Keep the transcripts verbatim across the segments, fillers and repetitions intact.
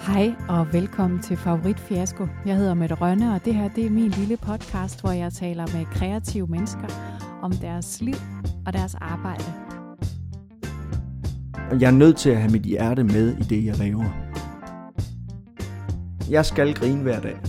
Hej og velkommen til Favorit Fiasko. Jeg hedder Mette Rønne, og det her det er min lille podcast, hvor jeg taler med kreative mennesker om deres liv og deres arbejde. Jeg er nødt til at have mit hjerte med i det, jeg laver. Jeg skal grine hver dag.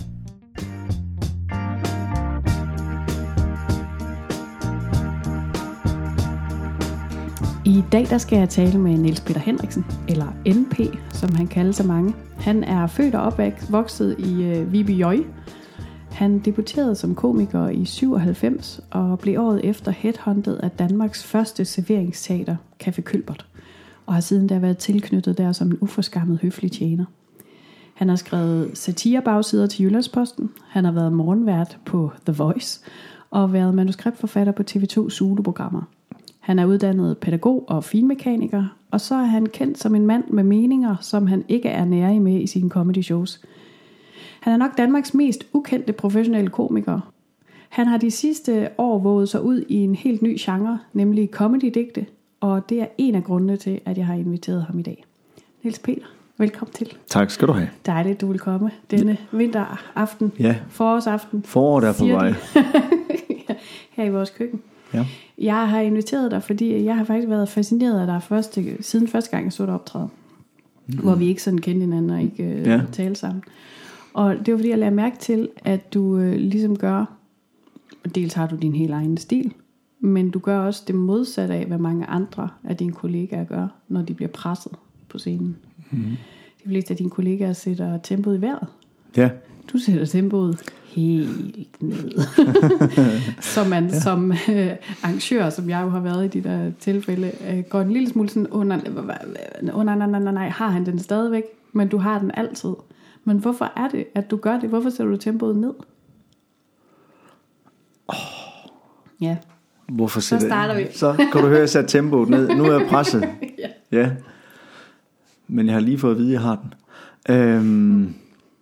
I dag der skal jeg tale med Niels Peter Henriksen, eller N P, som han kalder sig mange. Han er født og opvokset i øh, Viby. Han debuterede som komiker i syvoghalvfems og blev året efter headhunted af Danmarks første serveringsteater, Café Kølbert, og har siden da været tilknyttet der som en uforskammet høflig tjener. Han har skrevet satirebagsider til Jyllandsposten, han har været morgenvært på The Voice og været manuskriptforfatter på T V to Zulu-programmer. Han er uddannet pædagog og finmekaniker, og så er han kendt som en mand med meninger, som han ikke er nærig med i sine comedy shows. Han er nok Danmarks mest ukendte professionelle komiker. Han har de sidste år vovet sig ud i en helt ny genre, nemlig comedy-digte, og det er en af grundene til, at jeg har inviteret ham i dag. Niels Peter, velkommen til. Tak skal du have. Dejligt, du vil komme denne vinteraften, ja. forårsaften. Foråret er på vej. Her i vores køkken. Ja. Jeg har inviteret dig, fordi jeg har faktisk været fascineret af dig første, siden første gang, jeg så dig optræde. Mm. Hvor vi ikke sådan kendte hinanden og ikke øh, ja. talte sammen. Og det var fordi, jeg lagde mærke til, at du øh, ligesom gør, og dels har du din helt egen stil, men du gør også det modsatte af, hvad mange andre af dine kollegaer gør, når de bliver presset på scenen. Mm. De fleste af dine kollegaer sætter tempoet i vejret. Ja. Du sætter tempoet helt ned. Så man ja. som øh, arrangør, som jeg jo har været i de der tilfælde, øh, går en lille smule sådan under, under nej, nej, nej, nej, har han den stadigvæk, men du har den altid. Men hvorfor er det, at du gør det? Hvorfor sætter du tempoet ned? Oh. Ja. Hvorfor så starter vi. Så kan du høre, at jeg sætter tempoet ned. Nu er jeg presset. ja. ja. Men jeg har lige fået at vide, at jeg har den. Øhm...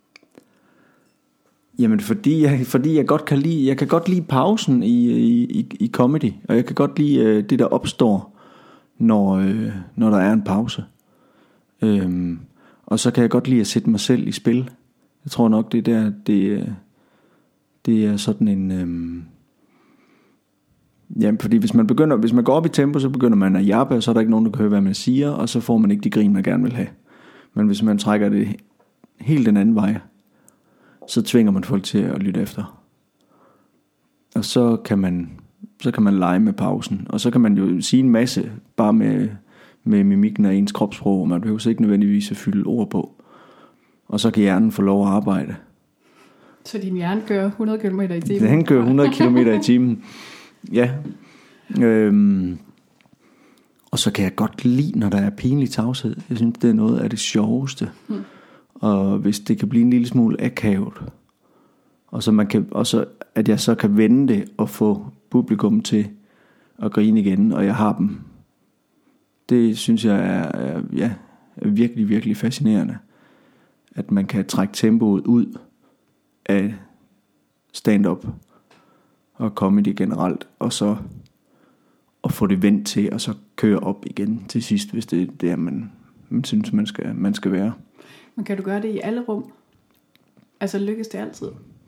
Jamen fordi jeg, fordi jeg godt kan lide, jeg kan godt lide pausen i, i, i comedy, og jeg kan godt lide øh, det der opstår, når, øh, når der er en pause. Øhm, og så kan jeg godt lide at sætte mig selv i spil. Jeg tror nok det der, det, det er sådan en, øh, jamen fordi hvis man begynder, hvis man går op i tempo, så begynder man at jappe, og så er der ikke nogen der kan høre hvad man siger, og så får man ikke de grin man gerne vil have. Men hvis man trækker det helt den anden vej, så tvinger man folk til at lytte efter. Og så kan man så kan man lege med pausen. Og så kan man jo sige en masse bare med, med mimikken af ens kropssprog, og man behøver ikke nødvendigvis at fylde ord på. Og så kan hjernen få lov at arbejde. Så din hjerne kører hundrede kilometer i timen? Den kører hundrede kilometer i timen. Ja. Øhm. Og så kan jeg godt lide, når der er pinlig tavshed. Jeg synes, det er noget af det sjoveste. Hmm. Og hvis det kan blive en lille smule akavet, og så man kan, og så at jeg så kan vende det og få publikum til at grine igen, og jeg har dem, det synes jeg er, er, ja, er virkelig virkelig fascinerende, at man kan trække tempoet ud af stand-up og comedy generelt, og så og få det vendt til, og så køre op igen til sidst, hvis det er der man, man synes man skal, man skal være. Men kan du gøre det i alle rum? Altså lykkes det altid?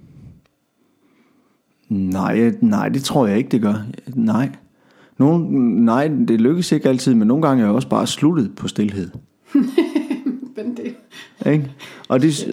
Nej, nej, det tror jeg ikke, det gør. Nej. Nogle, nej, det lykkes ikke altid, men nogle gange er jeg også bare sluttet på stilhed. Men det... Ikke? Og det...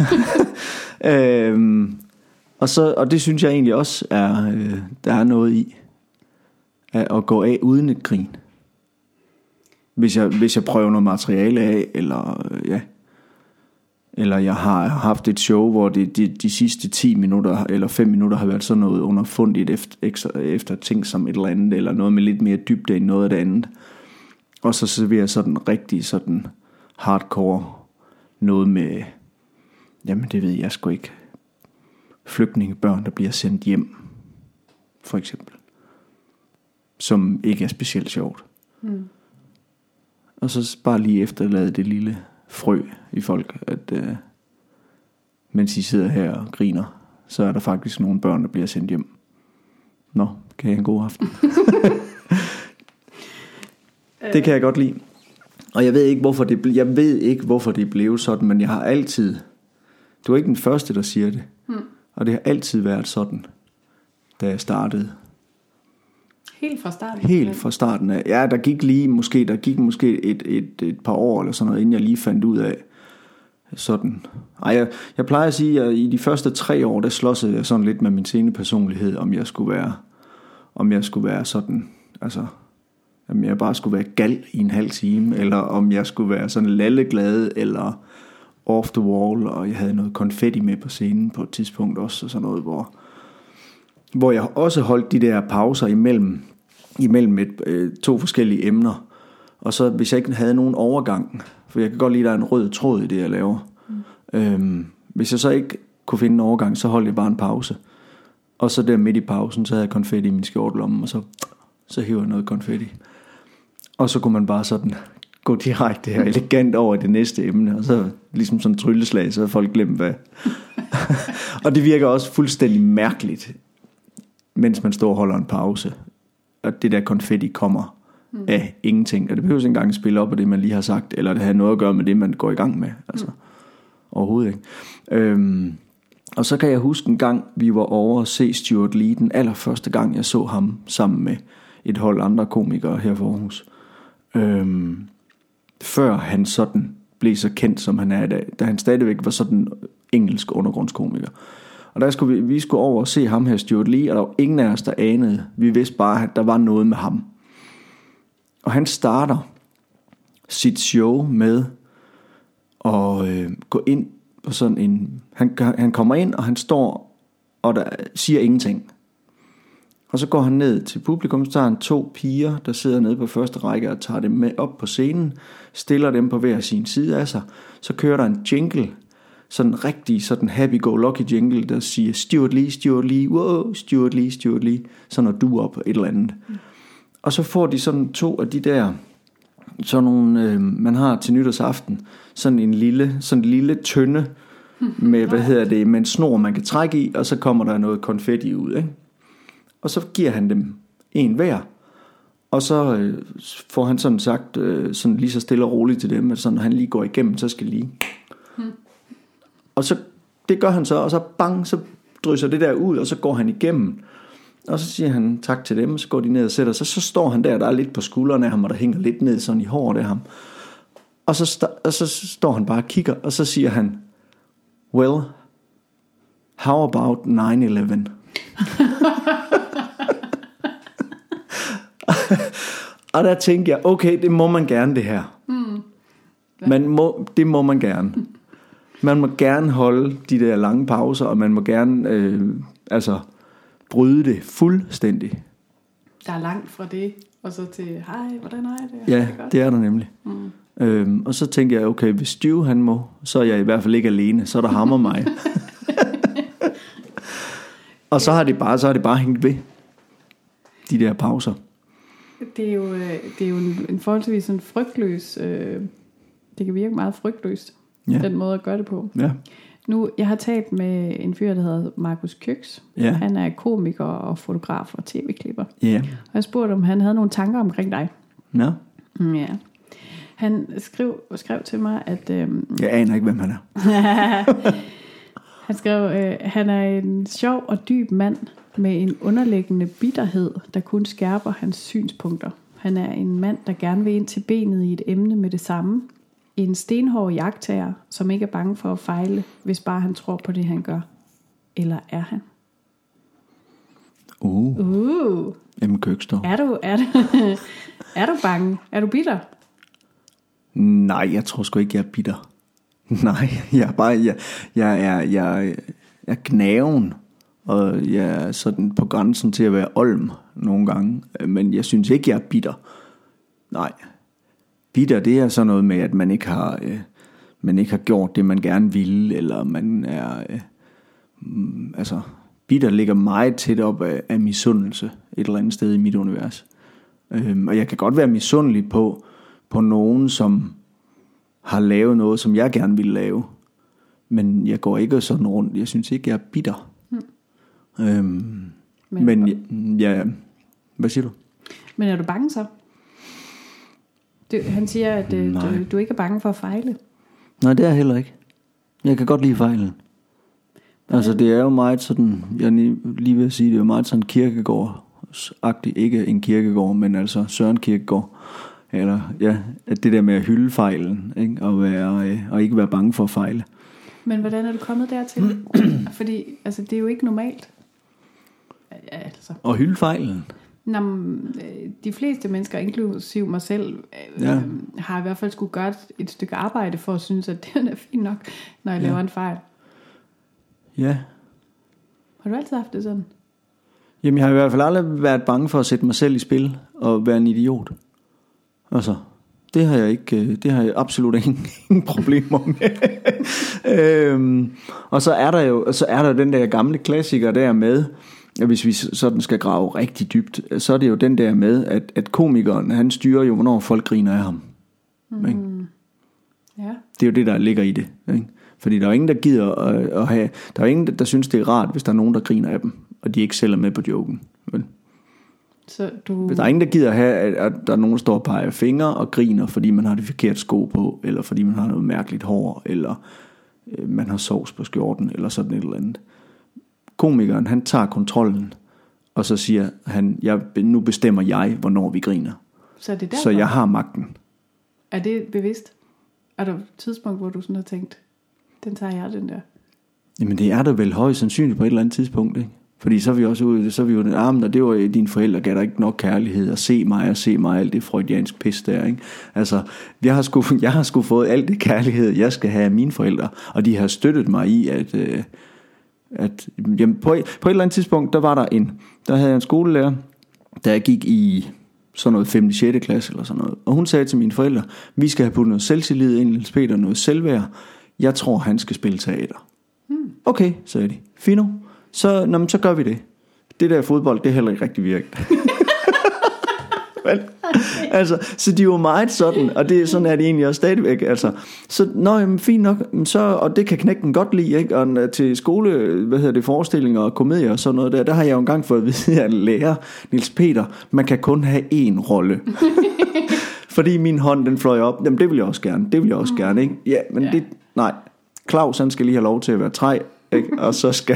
øhm, og, så, og det synes jeg egentlig også, er, øh, der er noget i. At, at gå af uden et grin. Hvis jeg, hvis jeg prøver noget materiale af, eller... Øh, ja... Eller jeg har haft et show, hvor det, de, de sidste ti minutter eller fem minutter har været sådan noget underfundigt efter, efter, efter ting som et eller andet, eller noget med lidt mere dybde end noget af det andet. Og så serverer jeg sådan rigtig sådan hardcore noget med, jamen det ved jeg sgu ikke, flygtningebørn, der bliver sendt hjem, for eksempel. Som ikke er specielt sjovt. Mm. Og så bare lige efterlade det lille frø i folk, at øh, mens I sidder her og griner, så er der faktisk nogle børn, der bliver sendt hjem. Nå, kan I have en god aften? Det kan jeg godt lide. Og jeg ved ikke hvorfor det ble, jeg ved ikke hvorfor det blev sådan, men jeg har altid, du er ikke den første der siger det, hmm. og det har altid været sådan, da jeg startede. Helt fra starten? Helt fra starten af. Ja, der gik lige måske, der gik måske et, et, et par år eller sådan noget, inden jeg lige fandt ud af sådan. Ej, jeg, jeg plejer at sige, at i de første tre år, der slåsede jeg sådan lidt med min scenepersonlighed, om jeg skulle være, om jeg skulle være sådan, altså, om jeg bare skulle være gal i en halv time, eller om jeg skulle være sådan lalleglad, eller off the wall, og jeg havde noget konfetti med på scenen på et tidspunkt også, og sådan noget, hvor, hvor jeg også holdt de der pauser imellem, imellem et, øh, to forskellige emner, og så hvis jeg ikke havde nogen overgang, for jeg kan godt lide, at der er en rød tråd i det, jeg laver. Mm. Øhm, hvis jeg så ikke kunne finde en overgang, så holdt jeg bare en pause. Og så der midt i pausen, så havde jeg konfetti i min skjortelomme, og så, så hiver jeg noget konfetti. Og så kunne man bare sådan gå direkte her elegant over i det næste emne, og så ligesom sådan en trylleslag, så havde folk glemt hvad. Og det virker også fuldstændig mærkeligt, mens man står og holder en pause, og det der konfetti kommer mm. af ingenting. Og det behøver ikke engang spille op af det, man lige har sagt, eller det har noget at gøre med det, man går i gang med. Altså, mm. overhovedet ikke. Øhm, og så kan jeg huske en gang, vi var over at se Stuart Lee, den allerførste gang, jeg så ham sammen med et hold andre komikere her for Aarhus. Øhm, før han sådan blev så kendt, som han er i dag, da han stadigvæk var sådan engelsk undergrundskomiker. Og der skulle vi, vi skulle over og se ham her, Stuart Lee, og der var ingen af os, der anede. Vi vidste bare, at der var noget med ham. Og han starter sit show med at øh, gå ind på sådan en... Han, han kommer ind, og han står og der siger ingenting. Og så går han ned til publikum, så tager han to piger, der sidder nede på første række, og tager dem med op på scenen, stiller dem på hver sin side af sig. Så kører der en jingle, sådan en rigtig sådan happy-go-lucky jingle, der siger Stuart Lee, Stuart Lee, wow, Stuart Lee, Stuart Lee, så når du op et eller andet. Mm. Og så får de sådan to af de der, sådan nogle, øh, man har til nytårsaften, sådan en lille, sådan en lille tønde, med, hvad hedder det, med en snor, man kan trække i, og så kommer der noget konfetti ud, ikke? Og så giver han dem en hver, og så øh, får han sådan sagt, øh, sådan lige så stille og roligt til dem, at sådan, når han lige går igennem, så skal lige. Hmm. Og så, det gør han så, og så bang, så drysser det der ud, og så går han igennem, og så siger han tak til dem, og så går de ned og sætter sig, så står han der, der er lidt på skuldrene af ham, og der hænger lidt ned sådan i håret af ham, og så, st- og så står han bare og kigger, og så siger han, well, how about nine eleven? Og der tænkte jeg, okay, det må man gerne det her. Mm. Man må, det må man gerne. Man må gerne holde de der lange pauser, og man må gerne øh, altså bryde det fuldstændig. Der er langt fra det, og så til, hej, hvordan er det? Ja, det, det er der nemlig. Mm. Øhm, og så tænkte jeg, okay, hvis Stu han må, så er jeg i hvert fald ikke alene, så er der ham og mig. Og så har det bare, så har det bare hængt ved, de der pauser. Det er jo, det er jo en, en forholdsvis sådan frygtløs, øh, det kan virke meget frygtløst, ja. Den måde at gøre det på. Ja. Nu, jeg har talt med en fyr, der hedder Markus Kjøks. Ja. Han er komiker og fotograf og tv-klipper. Ja. Og jeg spurgte, om han havde nogle tanker omkring dig. Ja. Ja. Han skrev, skrev til mig, at... Øhm, jeg aner ikke, hvem han er. Han skrev, øh, han er en sjov og dyb mand med en underliggende bitterhed, der kun skærper hans synspunkter. Han er en mand, der gerne vil ind til benet i et emne med det samme. En stenhård jagttager, som ikke er bange for at fejle, hvis bare han tror på det, han gør. Eller er han? Uh. Uh. M. Køkster. Er du, er, du, er du bange? Er du bitter? Nej, jeg tror sgu ikke, jeg er bitter. Nej, jeg er bare, jeg, jeg er, jeg, jeg er gnaven, og jeg er sådan på grænsen til at være olm nogle gange, men jeg synes ikke, jeg er bitter. Nej, bitter, det er sådan noget med, at man ikke har, øh, man ikke har gjort det, man gerne ville, eller man er, øh, mm, altså, bitter ligger meget tæt op af, af misundelse et eller andet sted i mit univers. Øhm, og jeg kan godt være misundelig på, på nogen, som har lavet noget, som jeg gerne ville lave. Men jeg går ikke sådan rundt. Jeg synes ikke, jeg er bitter. Hmm. Øhm, men men jeg, ja, hvad siger du? Men er du bange så? Du, han siger, at øh, du, du ikke er bange for at fejle. Nej, det er jeg heller ikke. Jeg kan godt lide fejlen. Altså det er jo meget sådan, jeg lige vil sige, det er jo meget sådan kirkegårdsagtigt, ikke en kirkegård, men altså Søren Kierkegaard, eller ja, at det der med at hylde fejlen, ikke? Og, være, øh, og ikke være bange for at fejle. Men hvordan er du kommet dertil? Fordi altså, det er jo ikke normalt. Ja, altså. Og hylde fejlen? Nå, de fleste mennesker, inklusiv mig selv, øh, ja. har i hvert fald skulle gøre et stykke arbejde for at synes, at det er fint nok, når jeg ja. laver en fejl. Ja. Har du altid haft det sådan? Jamen jeg har i hvert fald aldrig været bange for at sætte mig selv i spil og være en idiot. Altså, det har jeg ikke, det har jeg absolut ingen, ingen problemer med. øhm, og så er der jo, så er der den der gamle klassiker der med, at hvis vi sådan skal grave rigtig dybt, så er det jo den der med, at, at komikeren, han styrer jo, hvornår folk griner af ham. Mm. Ikke? Ja. Det er jo det, der ligger i det, ikke? Fordi der er ingen, der gider at, at have, der er ingen, der synes, det er rart, hvis der er nogen, der griner af dem, og de ikke selv er med på joken. Men så du... der er ingen, der gider at have, at, at der er nogen, der står og peger fingre og griner, fordi man har det forkerte sko på, eller fordi man har noget mærkeligt hår, eller øh, man har sovs på skjorten, eller sådan et eller andet. Komikeren, han tager kontrollen, og så siger han, jeg, nu bestemmer jeg, hvornår vi griner. Så, er det så jeg har magten. Er det bevidst? Er der et tidspunkt, hvor du sådan har tænkt, den tager jeg, den der? Jamen det er da vel højst sandsynligt på et eller andet tidspunkt, ikke? Fordi så er vi også ude, så er vi jo den armen, og det var dine forældre, gav der ikke nok kærlighed, og se mig og se mig, alt det freudiansk pis der, ikke? Altså, jeg har sgu, jeg har sgu fået alt det kærlighed, jeg skal have af mine forældre, og de har støttet mig i, at, øh, at jamen, på, på et eller andet tidspunkt, der var der en, der havde jeg en skolelærer, der gik i sådan noget femte sjette klasse eller sådan noget, og hun sagde til mine forældre, vi skal have puttet noget selvtillid ind, Niels Peter, noget selvværd, jeg tror, han skal spille teater. Hmm. Okay, sagde de. Fino. Så, nå, så gør vi det. Det der fodbold, det er heller ikke rigtig virket. altså, så de er jo meget sådan, og det, sådan er det egentlig også stadigvæk. Altså, så, nå, jamen, fint nok, så, og det kan knægten godt lide, ikke? Og til skole, hvad hedder det, forestillinger og komedier og sådan noget der, der har jeg jo engang fået at vide at lære Niels Peter, man kan kun have én rolle. Fordi min hånd, den fløj op. Jamen, det vil jeg også gerne, det vil jeg også mm. gerne, ikke? Ja, men ja. det, nej. Claus, han skal lige have lov til at være træ, ikke? Og så skal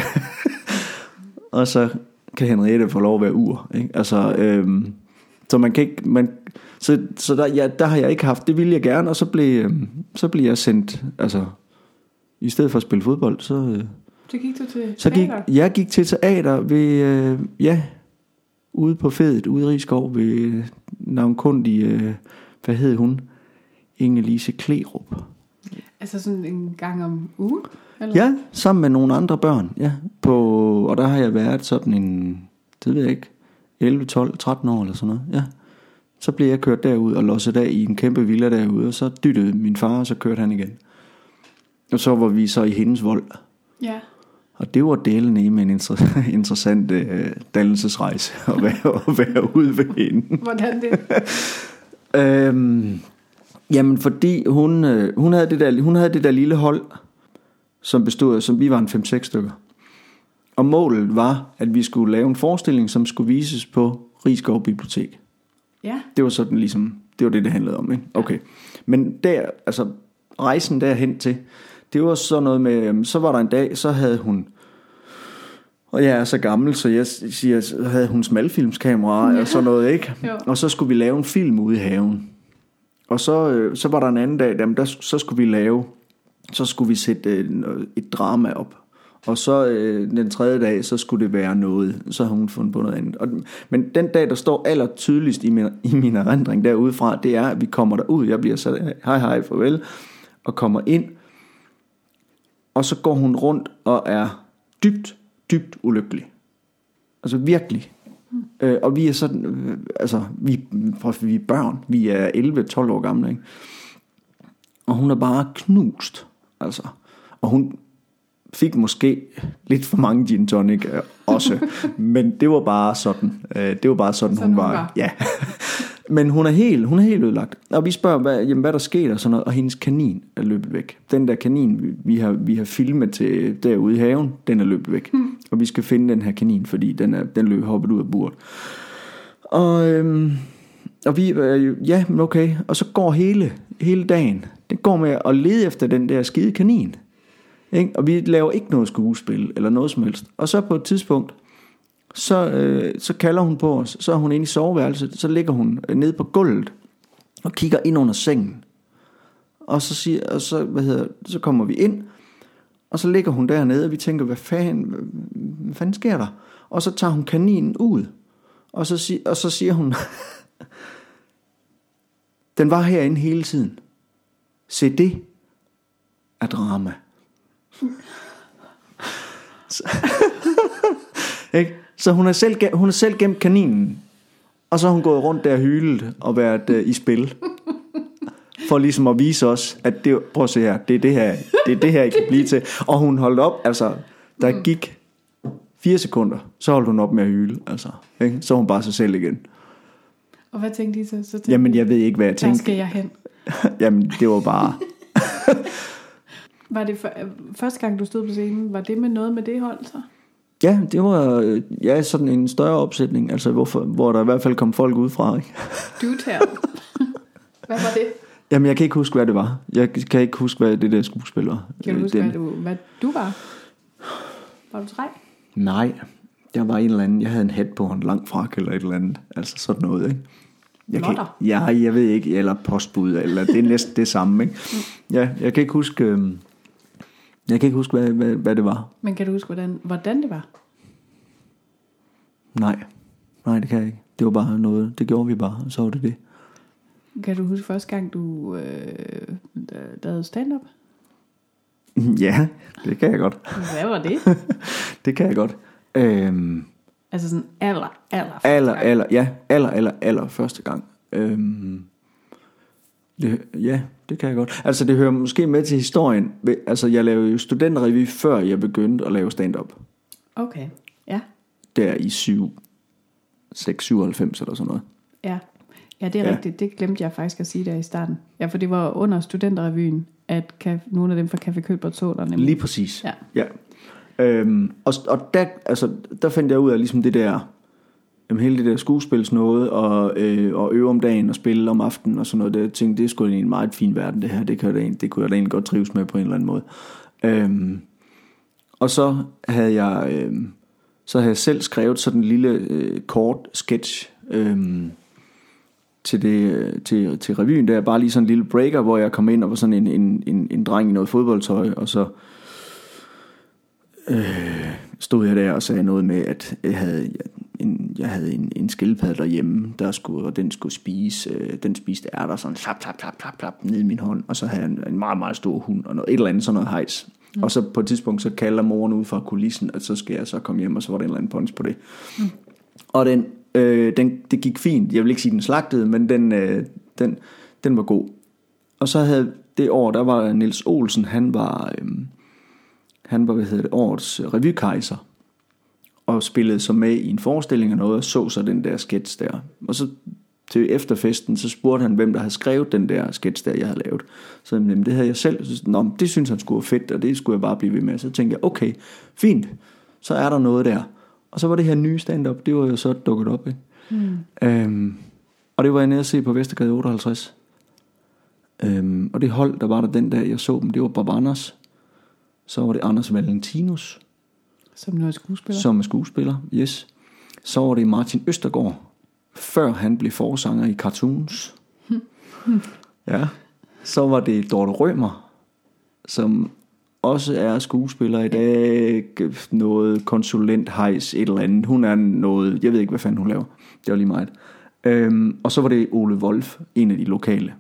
og så kan Henriette få lov at være ur, ikke? Altså øhm, så man kan ikke man, så, så der, ja, der har jeg ikke haft, det ville jeg gerne. Og så blev, øhm, så blev jeg sendt, altså i stedet for at spille fodbold, så, øh, så gik du til så teater? Gik, jeg gik til teater ved, øh, ja, ude på Fedet, ude i Rigskov ved navnkundige, øh, hvad hed hun, Inge-Lise Klerup. Altså sådan en gang om ugen? Eller? Ja, sammen med nogle andre børn, ja. På, og der har jeg været sådan en, det ved jeg ikke, elleve, tolv, tretten år eller sådan noget, ja. Så blev jeg kørt derud og losset af i en kæmpe villa derude, og så dyttede min far, og så kørte han igen. Og så var vi så i hendes vold. Ja. Og det var delene i med en inter- interessant øh, dannelsesrejse at være, at være ude ved hende. Hvordan det? øhm, jamen fordi hun, øh, hun, havde det der, hun havde det der lille hold, som bestod af, som vi var en fem seks stykker. Og målet var, at vi skulle lave en forestilling, som skulle vises på Rigskov Bibliotek. Ja. Det var sådan ligesom, det var det, det handlede om, ikke? Okay. Men der, altså rejsen derhen til, det var sådan noget med, så var der en dag, så havde hun, og jeg er så gammel, så jeg siger, så havde hun smalfilmskamera ja. Og sådan noget, ikke? Jo. Og så skulle vi lave en film ude i haven. Og så, så var der en anden dag, der, så skulle vi lave, så skulle vi sætte et, et drama op. Og så øh, den tredje dag, så skulle det være noget. Så har hun fundet på noget andet. Og, men den dag, der står aller tydeligst i min, i min erindring derudefra, det er, at vi kommer derud. Jeg bliver så, hej hej, farvel. Og kommer ind. Og så går hun rundt og er dybt, dybt ulykkelig. Altså virkelig. Mm. Øh, og vi er sådan, øh, altså, vi, vi er børn. Vi er elleve tolv år gamle, ikke? Og hun er bare knust. Altså. Og hun fik måske lidt for mange gin tonic øh, også, men det var bare sådan, øh, det var bare sådan, sådan hun var. var. Ja. Men hun er helt, hun er helt ødelagt. Og vi spørger, hvad, jamen, hvad der sker og sådan noget, og hendes kanin er løbet væk. Den der kanin, vi, vi har, vi har filmet til derude i haven, den er løbet væk. Hmm. Og vi skal finde den her kanin, fordi den er, den løb hoppet ud af buret. Og, øhm, og vi, øh, ja, men okay. Og så går hele, hele dagen, det går med at lede efter den der skide kanin. Ikke? Og vi laver ikke noget skuespil, eller noget som helst. Og så på et tidspunkt, så, øh, så kalder hun på os, så er hun inde i soveværelset, så ligger hun øh, nede på gulvet, og kigger ind under sengen. Og så, siger, og så, hvad hedder, så kommer vi ind, og så ligger hun dernede, og vi tænker, hvad fanden, hvad, hvad fanden sker der? Og så tager hun kaninen ud, og så, og så siger hun, den var herinde hele tiden. Se, det er drama. så, ikke? Så hun har, selv, hun har selv gemt kaninen, og så har hun gået rundt der og hylet og været uh, i spil. For ligesom at vise os, at det, prøv at se her, det er det her, det er det her, I kan blive til. Og hun holdt op, altså, der gik fire sekunder, så holdt hun op med at hyle, altså, ikke? Så hun bare sig selv igen. Og hvad tænkte I så? så tænkte Jamen, jeg ved ikke, hvad jeg tænkte. Der skal jeg hen. Jamen, det var bare... Var det for, første gang, du stod på scenen, var det med noget med det hold så? Ja, det var ja, sådan en større opsætning, altså hvorfor, hvor der i hvert fald kom folk udefra, ikke? Du tell. Hvad var det? Jamen, jeg kan ikke huske, hvad det var. Jeg kan ikke huske, hvad det der skuespil var. Kan du huske, hvad du, hvad du var? Var du træ? Nej, jeg var en eller anden, jeg havde en hat på, en lang frak eller et eller andet, altså sådan noget, ikke? Jeg kan, ja, jeg ved ikke, eller postbud, eller det er næsten det samme, ikke? Ja, jeg kan ikke huske, øh, jeg kan ikke huske, hvad, hvad, hvad det var. Men kan du huske, hvordan, hvordan det var? Nej, nej, det kan jeg ikke. Det var bare noget, det gjorde vi bare, og så var det det. Kan du huske første gang, du øh, lavede stand-up? Ja, det kan jeg godt. Hvad var det? Det kan jeg godt. Øhm, altså sådan aller, aller første aller, gang. aller, ja, aller, aller, aller første gang. Øhm, det, ja, det kan jeg godt. Altså det hører måske med til historien. Altså jeg lavede jo studenterrevy, før jeg begyndte at lave stand-up. Okay, ja. Der i syv, seks, syvoghalvfems eller sådan noget. Ja. Ja, det er ja. rigtigt. Det glemte jeg faktisk at sige der i starten. Ja, for det var under studenterrevyen, at kan, nogle af dem fra Café Købert så der nemlig. Lige præcis. Ja. Ja. Øhm, og og der, altså, der fandt jeg ud af ligesom det der, jamen, hele det der skuespilsnåde, og, øh, og øve om dagen og spille om aftenen og sådan noget. Jeg tænkte, det skulle en meget fin verden det her. Det, kan jeg, det kunne jeg da egentlig godt trives med på en eller anden måde. Øhm, og så havde jeg, øh, så havde jeg selv skrevet sådan en lille øh, kort sketch. Øh, til det til til revyen der, bare lige sådan en lille breaker, hvor jeg kom ind og var sådan en en en, en dreng i noget fodboldtøj, og så øh, stod jeg der og sagde noget med, at jeg havde en jeg havde en en skildpadde derhjemme, der skulle, og den skulle spise, øh, den spiste ærter sådan klap klap klap klap klap ned i min hånd, og så havde jeg en, en meget meget stor hund og noget, et eller andet sådan noget hejs. Mm. Og så på et tidspunkt så kalder moren ud fra kulissen, at så skal jeg så komme hjem, og så var der en eller anden punch på det. Mm. Og den Øh, den, det gik fint. Jeg vil ikke sige den slagtede, men den, øh, den, den var god. Og så havde det år, der var Niels Olsen, han var øh, han var hvad hedder det, årets revykejser, og spillede så med i en forestilling og noget, og så så den der sketch der. Og så til efterfesten, så spurgte han, hvem der havde skrevet den der sketch der, jeg havde lavet. Så jamen, det havde jeg selv. Så, Nå, det synes han skulle være fedt, og det skulle jeg bare blive ved med. Så tænkte jeg, okay, fint, så er der noget der. Og så var det her nye stand-up, det var jo så dukket op, ikke? Mm. Øhm, og det var jeg nede at se på Vestergade otteoghalvtreds. Øhm, og det hold, der var der den dag, jeg så dem, det var Bob Anders. Så var det Anders Valentinus. Som nu er skuespiller. Som er skuespiller, yes. Så var det Martin Østergaard, før han blev forsanger i Cartoons. Ja. Så var det Dorte Rømer, som også er skuespiller i dag, noget konsulent hejs, et eller andet. Hun er noget, jeg ved ikke, hvad fanden hun laver. Det var lige meget. Øhm, og så var det Ole Wolf, en af de lokale.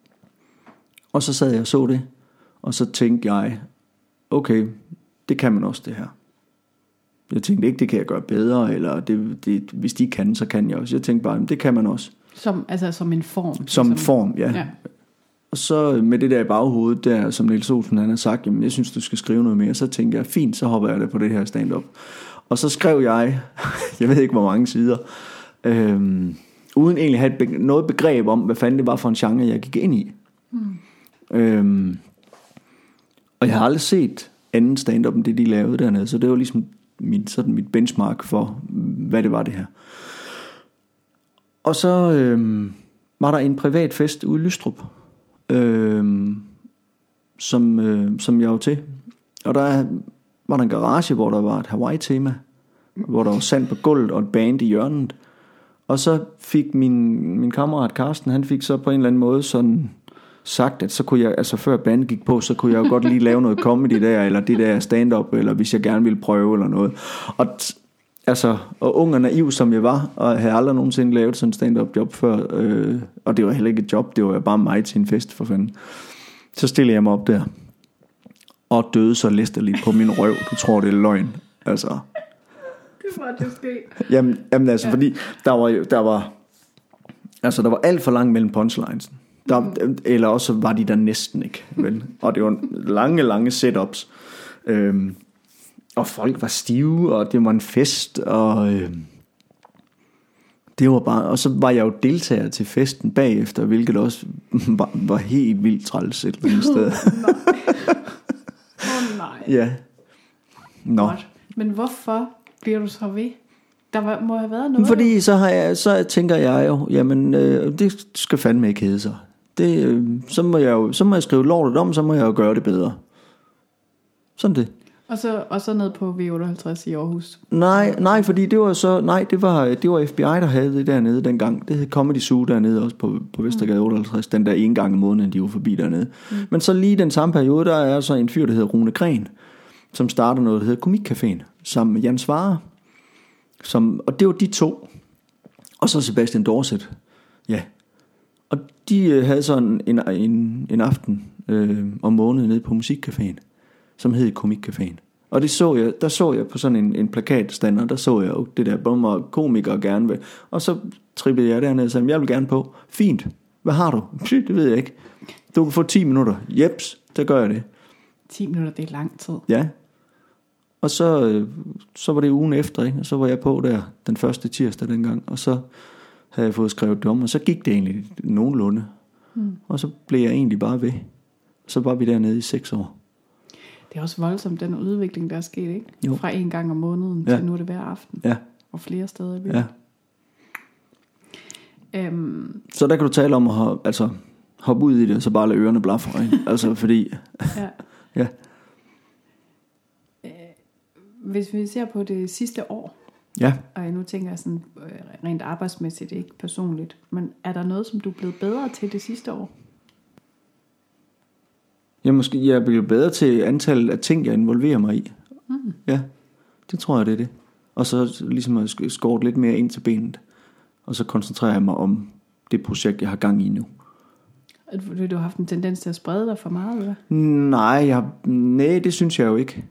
Og så sad jeg og så det, og så tænkte jeg, okay, det kan man også det her. Jeg tænkte ikke, det kan jeg gøre bedre, eller det, det, hvis de kan, så kan jeg også. Jeg tænkte bare, det kan man også. Som, altså som en form. Som en form, ja. ja. Og så med det der i baghovedet der, som Niels Olsen han har sagt, jamen jeg synes du skal skrive noget mere, så tænkte jeg, fint, så hopper jeg da på det her stand-up. Og så skrev jeg, jeg ved ikke hvor mange sider, øhm, uden egentlig at have et, noget begreb om, hvad fanden det var for en genre, jeg gik ind i. Mm. Øhm, og jeg har aldrig set anden stand-up end det, de lavede dernede, så det var ligesom mit, sådan mit benchmark for, hvad det var det her. Og så, øhm, var der en privat fest ude i Lystrup, øh, som, øh, som jeg var til. Og der var der en garage, hvor der var et Hawaii-tema, hvor der var sand på gulvet og et band i hjørnet. Og så fik min, min kammerat Karsten, han fik så på en eller anden måde sådan sagt, at så kunne jeg, altså før bandet gik på, så kunne jeg jo godt lige lave noget comedy der, eller det der stand-up, eller hvis jeg gerne ville prøve, eller noget. Og t- altså, og ung og naiv som jeg var, og havde aldrig nogensinde lavet sådan en stand-up job før, øh, og det var heller ikke et job, det var bare mig til en fest, for fanden. Så stillede jeg mig op der, og døde så læsterligt på min røv. Du tror, det er løgn. Altså. Det var det ske. Jamen, jamen altså, ja. Fordi der var, der var, altså, der var alt for langt mellem punchlines. Der, mm. Eller også var de der næsten ikke. Vel? Og det var lange, lange setups. Øhm, og folk var stive, og det var en fest, og øhm, det var bare, og så var jeg jo deltager til festen bagefter, hvilket også var, var helt vildt træls et eller andet sted. Åh oh, nej. Ja. Nå. Godt. Men hvorfor bliver du så ved? Der var, må have været noget. Fordi så, har jeg, så tænker jeg jo, jamen øh, det skal fandme ikke hedde sig. Det, øh, så, må jeg jo, så må jeg skrive lortet om, så må jeg jo gøre det bedre. Sådan det. Og så, og så ned på V otteoghalvtreds i Aarhus. Nej, nej, fordi det var så, nej, det var, det var F B I, der havde det dernede dengang. Det hed Comedy Zoo dernede også på, på Vestergade otteoghalvtreds, den der en gang i måneden, de var forbi dernede. Mm. Men så lige den samme periode, der er så en fyr, der hedder Rune Gren, som starter noget, der hedder Komikcaféen, sammen med Jan Svare. Som, og det var de to. Og så Sebastian Dorset. Ja. Og de øh, havde sådan en, en, en aften øh, om måneden nede på Musikcaféen, som hed Komikcaféen. Og det så jeg, der så jeg på sådan en, en plakatstander, der så jeg jo det der bummer komikere gerne vil. Og så trippede jeg dernede og sagde, jeg vil gerne på. Fint. Hvad har du? Psh, det ved jeg ikke. Du kan få ti minutter. Jeps, så gør jeg det. ti minutter, det er lang tid. Ja. Og så, øh, så var det ugen efter, ikke? Og så var jeg på der den første tirsdag dengang, og så havde jeg fået skrevet det om, og så gik det egentlig nogenlunde. Mm. Og så blev jeg egentlig bare ved. Så var vi dernede i seks år. Det er også voldsomt, den udvikling, der er sket, ikke? Jo. Fra en gang om måneden ja. til nu er det hver aften. Ja. Og flere steder i byen. Ja. Øhm, så der kan du tale om at hoppe, altså, hoppe ud i det, og så bare lade ørerne blafre, ikke? Altså fordi... ja. ja. Hvis vi ser på det sidste år, ja. og nu tænker jeg sådan rent arbejdsmæssigt, ikke personligt, men er der noget, som du er blevet bedre til det sidste år? Jeg, måske, jeg er blevet bedre til antallet af ting, jeg involverer mig i. Mm. Ja, det tror jeg, det er det. Og så ligesom at skåret lidt mere ind til benet, og så koncentrerer jeg mig om det projekt, jeg har gang i nu. Du har haft en tendens til at sprede dig for meget, eller? Nej, jeg, nej, det synes jeg jo ikke.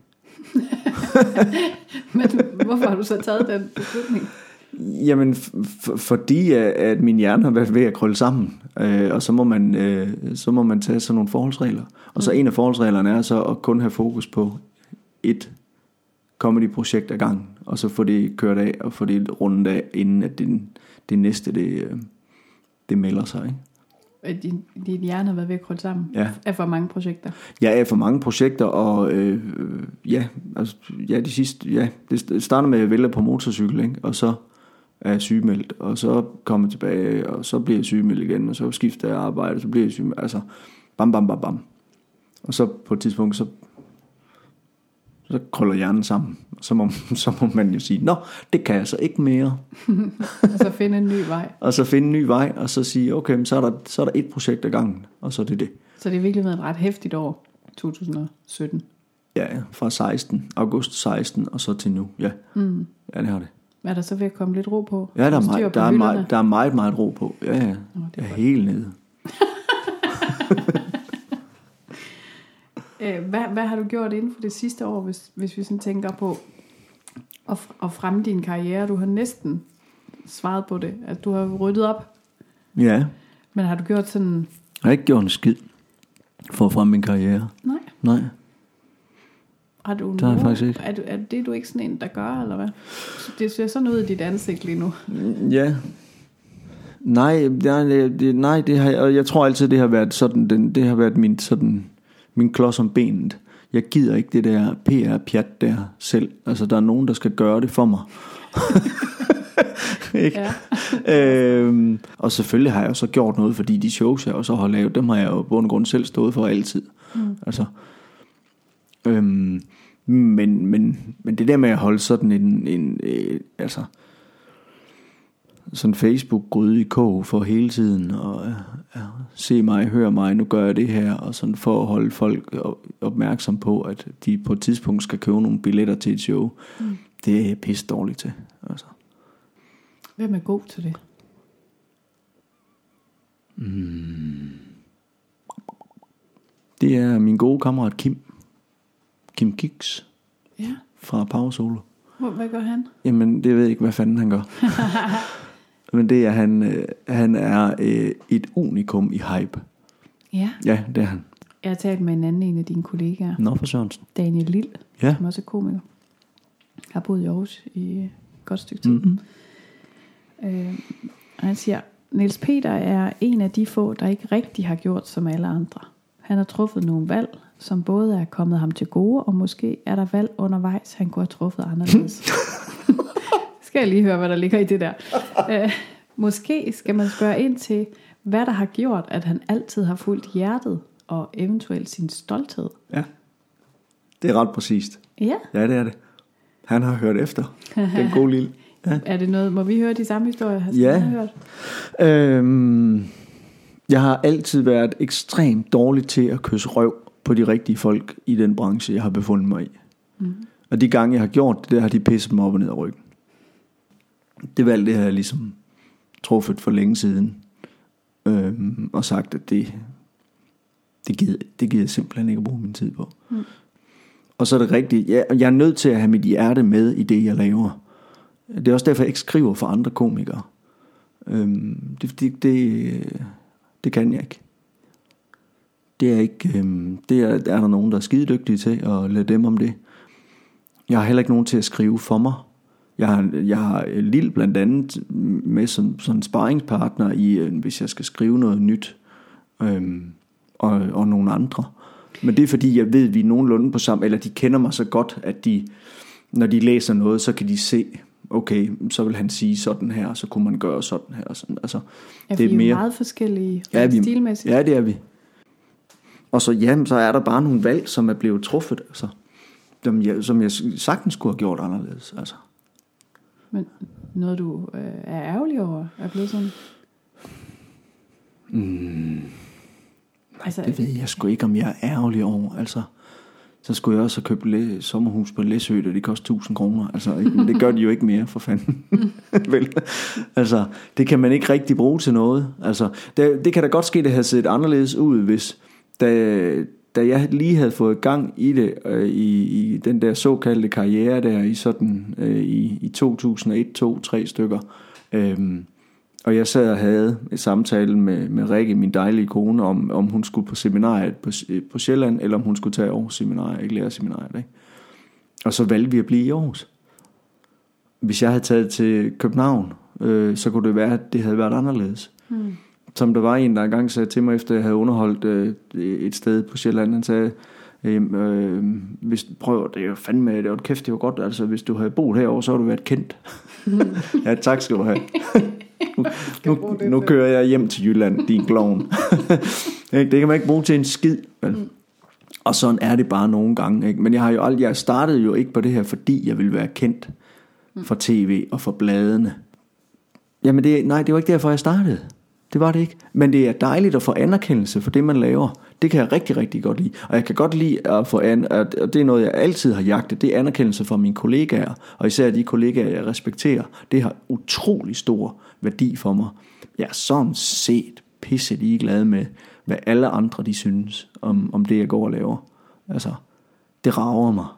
Men hvorfor har du så taget den beslutning? Jamen f- fordi at min hjerne har været ved at krølle sammen, øh, og så må man øh, så må man tage sådan nogle forholdsregler. Og mm. så en af forholdsreglerne er så at kun have fokus på et comedy-projekt ad gangen, og så få det kørt af og få det rundet af, inden at det, det næste det, det melder sig, ikke? Din, din hjerne har været ved at krølle sammen ja. Af for mange projekter. Ja, af for mange projekter. Og øh, ja, altså, ja, de sidste, ja, det starter med at jeg vælter på motorcykel, ikke? Og så er jeg sygemeldt, og så kommer jeg tilbage, og så bliver jeg sygemeldt igen, og så skifter jeg arbejde, og så bliver jeg sygemeldt. Altså bam bam bam bam. Og så på et tidspunkt så så krøller hjernen sammen. Så må, så må man jo sige, nå, det kan jeg så ikke mere. Og så finde en ny vej. Og så finde en ny vej, og så sige, okay, så er der, så er der et projekt ad gangen, og så er det det. Så det har virkelig været et ret hæftigt år, to tusind og sytten. Ja, fra seksten, august seksten, og så til nu, ja. Mm. Ja, det har det. Er der så ved at komme lidt ro på? Ja, der er, meget, der, er meget, der er meget, meget ro på. Ja, ja. Nå, jeg er helt nede. Hvad, hvad har du gjort inden for det sidste år, hvis, hvis vi sådan tænker på at, at fremme din karriere? Du har næsten svaret på det, at du har ryddet op. Ja. Men har du gjort sådan... Jeg har ikke gjort en skid for at fremme min karriere. Nej. Nej. Har du det har jeg faktisk ikke. Er, du, er det du ikke sådan en, der gør, eller hvad? Det ser sådan ud i dit ansigt lige nu. Ja. Nej, nej, det, nej, det har jeg, jeg tror altid det har været sådan, den, det har været min sådan min klods om benet. Jeg gider ikke det der P R-pjat der selv. Altså der er nogen, der skal gøre det for mig. Ikke? Ja. øhm, og selvfølgelig har jeg jo så gjort noget, fordi de shows, jeg også har lavet, dem har jeg jo på en grund selv stået for altid. Mm. Altså, øhm, men, men, men det der med at holde sådan en, en øh, altså, sådan Facebook-gryde i kog for hele tiden, og ja, se mig, hør mig, nu gør jeg det her, og sådan for at holde folk opmærksom på, at de på et tidspunkt skal købe nogle billetter til et show, mm. det er jeg pisse dårligt til. Altså. Hvem er god til det? Mm. Det er min gode kammerat Kim. Kim Kiks. Ja. Fra Power Solo. Hvad gør han? Jamen, det ved jeg ikke, hvad fanden han gør. Men det er, han, øh, han er øh, et unikum i hype. Ja. Ja, det er han. Jeg har talt med en anden en af dine kollegaer. Nå, for Sørensen. Daniel Lille, ja. Som også er komiker. Har boet i Aarhus i et godt stykke tid. Mm-hmm. Øh, og han siger, Niels Peter er en af de få, der ikke rigtig har gjort som alle andre. Han har truffet nogle valg, som både er kommet ham til gode, og måske er der valg undervejs, han kunne have truffet anderledes. Skal jeg lige høre, hvad der ligger i det der. Øh, måske skal man spørge ind til, hvad der har gjort, at han altid har fulgt hjertet, og eventuelt sin stolthed. Ja, det er ret præcist. Ja. Ja, det er det. Han har hørt efter. Den gode lille. Ja. Er det noget, må vi høre de samme historier, han ja. har hørt? Øhm, jeg har altid været ekstremt dårlig til at kysse røv på de rigtige folk i den branche, jeg har befundet mig i. Mm. Og de gange, jeg har gjort det, der har de pisset mig op og ned af ryggen. Det valg, det har jeg ligesom truffet for længe siden. Øhm, og sagt, at det, det, gider, det gider jeg simpelthen ikke at bruge min tid på. Mm. Og så er det rigtigt, jeg, jeg er nødt til at have mit hjerte med i det, jeg laver. Det er også derfor, jeg ikke skriver for andre komikere. Øhm, det, det, det, det kan jeg ikke. Det er ikke, øhm, det er, er der nogen, der er skidedygtige til at lade dem om det. Jeg har heller ikke nogen til at skrive for mig. Jeg har, jeg har Lille blandt andet med som sådan en sparringspartner i, øh, hvis jeg skal skrive noget nyt, øhm, og, og nogle andre. Men det er fordi, jeg ved, at vi er nogenlunde på samme, eller de kender mig så godt, at de, når de læser noget, så kan de se, okay, så vil han sige sådan her, så kunne man gøre sådan her. Sådan. Altså, ja, det er mere meget forskellige ja, vi, stilmæssigt. Ja, det er vi. Og så, ja, så er der bare nogle valg, som er blevet truffet, altså, som, jeg, som jeg sagtens skulle have gjort anderledes. Altså. Men noget, du øh, er ærgerlig over, er blevet sådan? Mm, nej, altså, det ved jeg sgu ikke, om jeg er ærgerlig over. Altså, så skulle jeg også have købt læ- sommerhus på Læsø, og det koster tusind kroner. Altså, men det gør de jo ikke mere, for fanden. Vel? Altså, det kan man ikke rigtig bruge til noget. Altså, det, det kan da godt ske, at det havde set anderledes ud, hvis da, da jeg lige havde fået gang i det, øh, i, i den der såkaldte karriere der, i sådan, øh, i, i to tusind og et, to, tre stykker, øh, og jeg sad og havde et samtale med, med Rikke, min dejlige kone, om, om hun skulle på seminariet på, på Sjælland, eller om hun skulle tage Aarhus seminariet, ikke lære seminariet, ikke? Og så valgte vi at blive i Aarhus. Hvis jeg havde taget til København, øh, så kunne det være, at det havde været anderledes. Hmm. Som der var en, der engang sagde til mig, efter jeg havde underholdt øh, et sted på Sjælland, han sagde, øh, øh, hvis, prøv, det er jo fandme, det var kæft, det var godt, altså hvis du havde boet herovre, så havde du været kendt. Ja, tak skal du have. Nu, nu, nu kører jeg hjem til Jylland, din klovn. Det kan man ikke bruge til en skid, vel? Mm. Og sådan er det bare nogle gange, ikke? Men jeg har jo aldrig, jeg startede jo ikke på det her, fordi jeg ville være kendt for tv og for bladene. Jamen det, nej, det var ikke derfor jeg startede. Det var det ikke. Men det er dejligt at få anerkendelse for det man laver. Det kan jeg rigtig, rigtig godt lide. Og jeg kan godt lide at få an, og det er noget jeg altid har jagtet. Det er anerkendelse fra mine kollegaer, og især de kollegaer jeg respekterer. Det har utrolig stor værdi for mig. Jeg er sådan set pisse ligeglad med hvad alle andre de synes om, om det jeg går og laver. Altså det rager mig.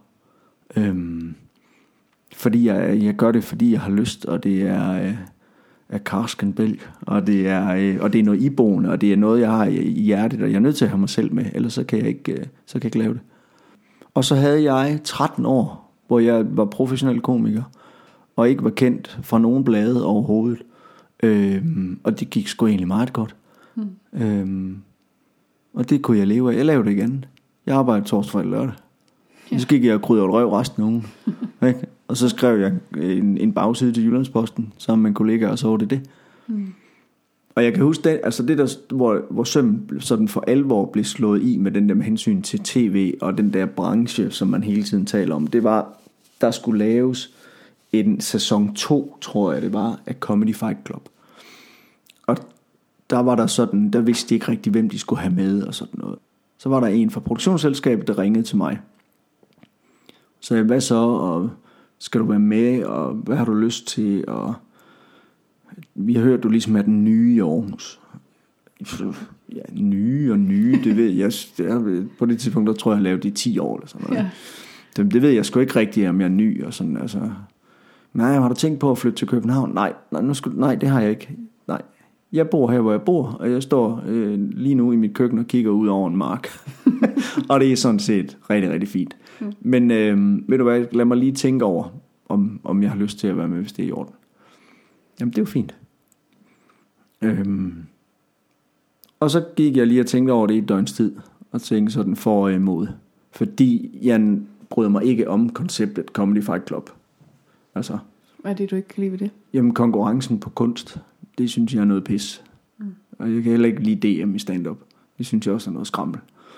Øhm, fordi jeg, jeg gør det fordi jeg har lyst, og det er øh, af karsken bælg, og det er øh, og det er noget iboende, og det er noget jeg har i, i hjertet, og jeg er nødt til at have mig selv med, ellers så kan jeg ikke øh, så kan jeg ikke lave det. Og så havde jeg tretten år, hvor jeg var professionel komiker og ikke var kendt fra nogen blade overhovedet. Øhm, og det gik sgu egentlig meget godt. Mm. Øhm, og det kunne jeg leve af. Jeg lavede det igen. Jeg arbejdede torsdag, fredag, lørdag. Ja. Så gik jeg og krydrede røv resten af ugen. Og så skrev jeg en, en bagside til Jyllandsposten sammen med en kollega, og så var det det. Mm. Og jeg kan huske det, altså det der, hvor, hvor søm sådan for alvor blev slået i med den der med hensyn til tv og den der branche, som man hele tiden taler om. Det var, der skulle laves en sæson to, tror jeg det var, af Comedy Fight Club. Og der var der sådan, der vidste de ikke rigtig, hvem de skulle have med og sådan noget. Så var der en fra produktionsselskabet, der ringede til mig. Så jeg, hvad så, og skal du være med, og hvad har du lyst til, og vi har hørt, du ligesom er den nye i Aarhus. Ja, nye og nye, det ved jeg, jeg på det tidspunkt, der tror jeg, jeg har lavet det i ti år eller sådan noget. Ja. Det, det ved jeg sgu ikke rigtigt, om jeg er ny og sådan, altså. Nej, har du tænkt på at flytte til København? Nej, nej, nu skal, nej det har jeg ikke. Nej, jeg bor her, hvor jeg bor, og jeg står øh, lige nu i mit køkken og kigger ud over en mark. Og det er sådan set rigtig, rigtig fint. Mm. Men øh, ved du hvad, lad mig lige tænke over, om, om jeg har lyst til at være med, hvis det er i orden. Jamen, det er jo fint. Øhm. Og så gik jeg lige og tænkte over det i et døgns tid, og tænkte sådan for og imod. Fordi jeg bryder mig ikke om konceptet Comedy Fight Club. Altså, hvad er det, du ikke kan lide ved det? Jamen, konkurrencen på kunst, det synes jeg er noget pis. Mm. Og jeg kan heller ikke lide D M i stand-up. Det synes jeg også er noget skrammel.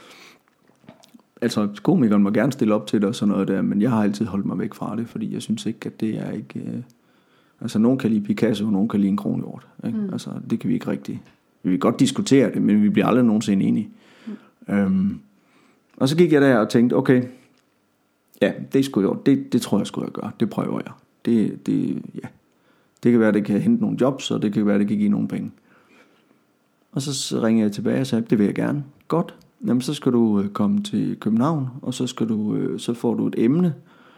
Altså, komikeren må gerne stille op til det og sådan noget der, men jeg har altid holdt mig væk fra det, fordi jeg synes ikke, at det er ikke... Øh... Altså, nogen kan lide Picasso, og nogen kan lide en kronhjort. Ikke? Mm. Altså, det kan vi ikke rigtig... Vi vil godt diskutere det, men vi bliver aldrig nogensinde enige. Mm. Øhm, og så gik jeg der og tænkte, okay, ja, det skulle jeg, det, det tror jeg skulle jeg gøre. Det prøver jeg. Det, det, ja. Det kan være, det kan hente nogle jobs, og det kan være, det kan give nogle penge. Og så ringede jeg tilbage og sagde, det vil jeg gerne. Godt. Jamen, så skal du komme til København, og så, skal du, så får du et emne,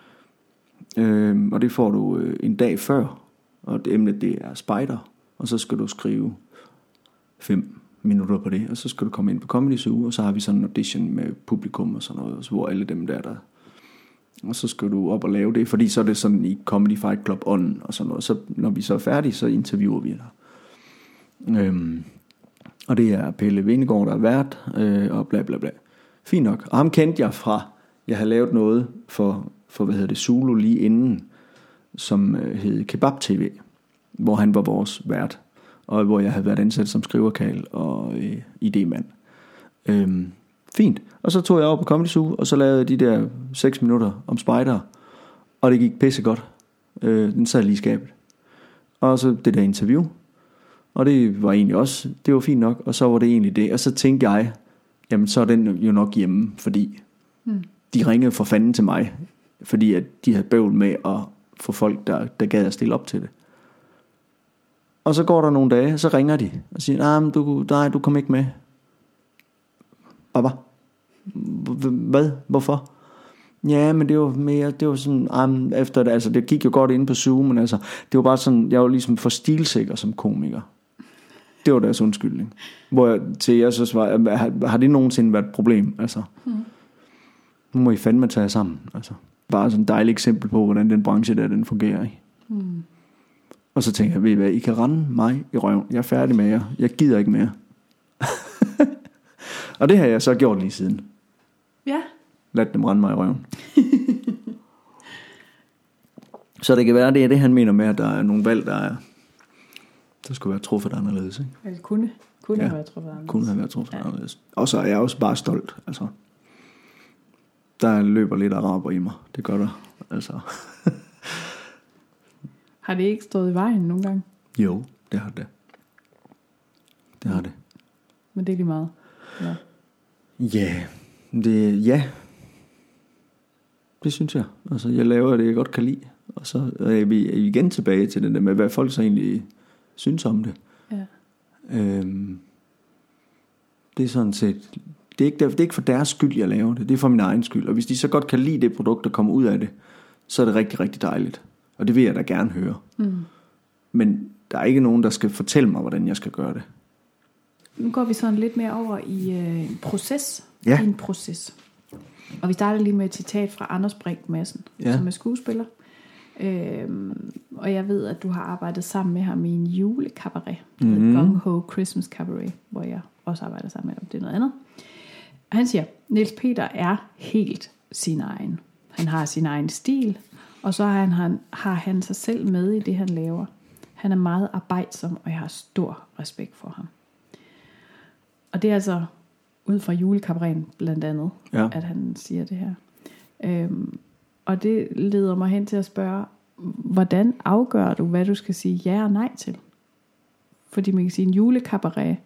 øhm, og det får du en dag før. Og det emne, det er spejder, og så skal du skrive fem minutter på det, og så skal du komme ind på Comedy Zoo, og så har vi sådan en audition med publikum og sådan noget, hvor alle dem der, der og så skal du op og lave det, fordi så er det sådan i Comedy Fight Club ånden og sådan noget, så når vi så er færdige, så interviewer vi dig. Øhm, og det er Pelle Vindegaard, der er vært, øh, og bla bla bla. Fint nok. Og ham kendte jeg fra, jeg havde lavet noget for, for hvad hedder det, Zulu lige inden, som øh, hed Kebab T V, hvor han var vores vært, og hvor jeg havde været ansat som skriverkal og øh, idémand. Øhm, fint. Og så tog jeg over på Comedy Zoo, og så lavede jeg de der seks minutter om spejdere, og det gik pisse godt. Øh, den sad lige i skabet. Og så det der interview, og det var egentlig også, det var fint nok, og så var det egentlig det. Og så tænkte jeg, jamen så er den jo nok hjemme, fordi hmm. de ringede for fanden til mig, fordi at de havde bøvl med at få folk, der, der gad at stille op til det. Og så går der nogle dage, så ringer de og siger, nej, nah, du, nej, du kom ikke med. Baba. Hvad? Hvorfor? Ja, men det var mere, det var sådan, um, efter det, altså det gik jo godt inde på Zoom, men altså, det var bare sådan, jeg var ligesom for stilsikker som komiker. Det var deres undskyldning. Hvor jeg, til jeg så svarede, har, har det nogensinde været et problem? Altså, mm. nu må I fandme tage jer sammen. Altså, bare sådan et dejligt eksempel på, hvordan den branche der, den fungerer i. Mm. Og så tænker jeg, ved I hvad, I kan rende mig i røven. Jeg er færdig med jer. Jeg gider ikke mere. Og det har jeg så gjort lige siden. Ja. Lad dem rende mig i røven. Så det kan være, det er det, han mener med, at der er nogle valg, der er, der skulle være truffet anderledes. Ikke? Eller kunne, kunne ja, have været truffet anderledes. Kunne have været truffet ja. anderledes. Og så er jeg også bare stolt. Altså, der løber lidt araber i mig. Det gør der. Altså. Har det ikke stået i vejen nogle gange? Jo, det har det. Det har det. Men det er lige meget. Ja. Ja, det, ja. Det synes jeg. Altså, jeg laver det, jeg godt kan lide. Og så er vi igen tilbage til det der med, hvad folk så egentlig synes om det. Ja. Øhm, det er sådan set, det er, ikke, det er ikke for deres skyld, jeg laver det. Det er for min egen skyld. Og hvis de så godt kan lide det produkt, der kommer ud af det, så er det rigtig, rigtig dejligt. Og det vil jeg da gerne høre. Mm. Men der er ikke nogen, der skal fortælle mig, hvordan jeg skal gøre det. Nu går vi sådan lidt mere over i øh, en proces. Ja. I en proces. Og vi starter lige med et citat fra Anders Brink Madsen, ja. som er skuespiller. Øhm, og jeg ved, at du har arbejdet sammen med ham i en julekabaret. Det hedder mm-hmm. Gung Ho Christmas Cabaret, hvor jeg også arbejder sammen med ham. Det er noget andet. Og han siger, Niels Peter er helt sin egen. Han har sin egen stil, Og så har han, han, har han sig selv med i det, han laver. Han er meget arbejdsom, og jeg har stor respekt for ham. Og det er altså ud fra julekabaretten blandt andet, ja. At han siger det her. Øhm, og det leder mig hen til at spørge, hvordan afgør du, hvad du skal sige ja og nej til? Fordi man kan sige, en julekabaret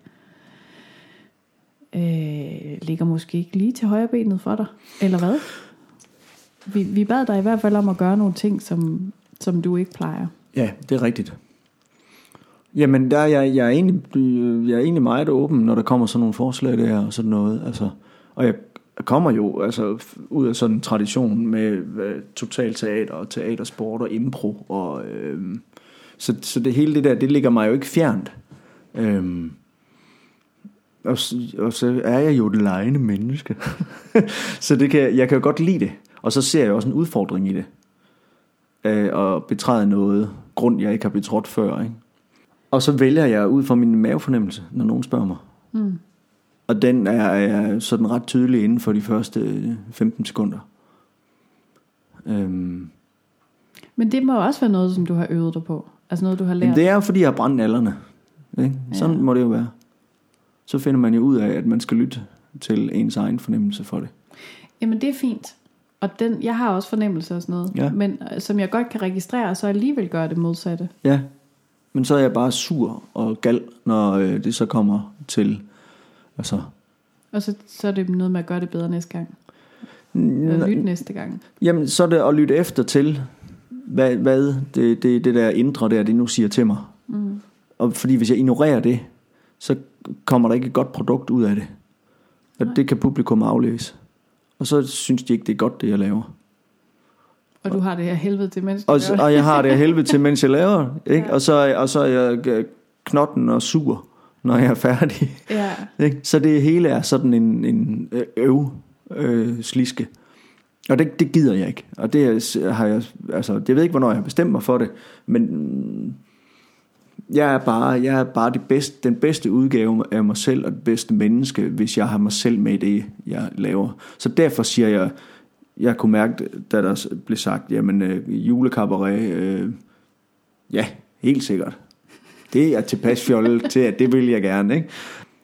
øh, ligger måske ikke lige til højre benet for dig, eller hvad? Vi, vi bad dig i hvert fald om at gøre nogle ting, som, som du ikke plejer. Ja, det er rigtigt. Jamen, der er jeg, jeg, er egentlig, jeg er egentlig meget åben, når der kommer sådan nogle forslag der og sådan noget. Altså, og jeg kommer jo altså, ud af sådan en tradition med uh, totalteater og teatersport og impro. Og, øh, så, så det hele det der, det ligger mig jo ikke fjernt. Øh, og, og så er jeg jo et legende menneske. Så det kan, jeg kan jo godt lide det. Og så ser jeg også en udfordring i det. Øh, at betræde noget grund, jeg ikke har betrådt før, ikke? Og så vælger jeg ud fra min mavefornemmelse, når nogen spørger mig. Mm. Og den er, er sådan ret tydelig inden for de første femten sekunder. Øhm. Men det må også være noget, som du har øvet dig på. Altså noget, du har lært. Men det er jo, fordi jeg har brændt nallerne. Ikke? Sådan ja. Må det jo være. Så finder man jo ud af, at man skal lytte til ens egen fornemmelse for det. Jamen det er fint. Og den, jeg har også fornemmelse og sådan noget. Ja. Men som jeg godt kan registrere, så alligevel gør det modsatte. Ja. Men så er jeg bare sur og gal, når øh, det så kommer til. Altså. Og så, så er det noget med at gøre det bedre næste gang. Eller lytte næste gang. Jamen, så er det at lytte efter til, hvad, hvad det, det, det der indre der, det nu siger til mig. Mm. Og fordi hvis jeg ignorerer det, så kommer der ikke et godt produkt ud af det. Og det kan publikum aflæse. Og så synes de ikke, det er godt, det jeg laver. Og du har det her helvede til, mens du og, laver det. Og jeg har det her helvede til, mens jeg laver det. Ikke? Ja. Og, så, og så er jeg knotten og sur, når jeg er færdig. Ja. Ikke? Så det hele er sådan en, en øv øh, sliske. Og det, det gider jeg ikke. Og det har jeg, altså, det ved ikke, hvornår jeg har bestemt mig for det. Men jeg er bare, jeg er bare det bedste, den bedste udgave af mig selv, og det bedste menneske, hvis jeg har mig selv med i det, jeg laver. Så derfor siger jeg, jeg kunne mærke, da der blev sagt, jamen øh, julekabaret, øh, ja, helt sikkert. Det er tilpas fjollet til, at det vil jeg gerne, ikke?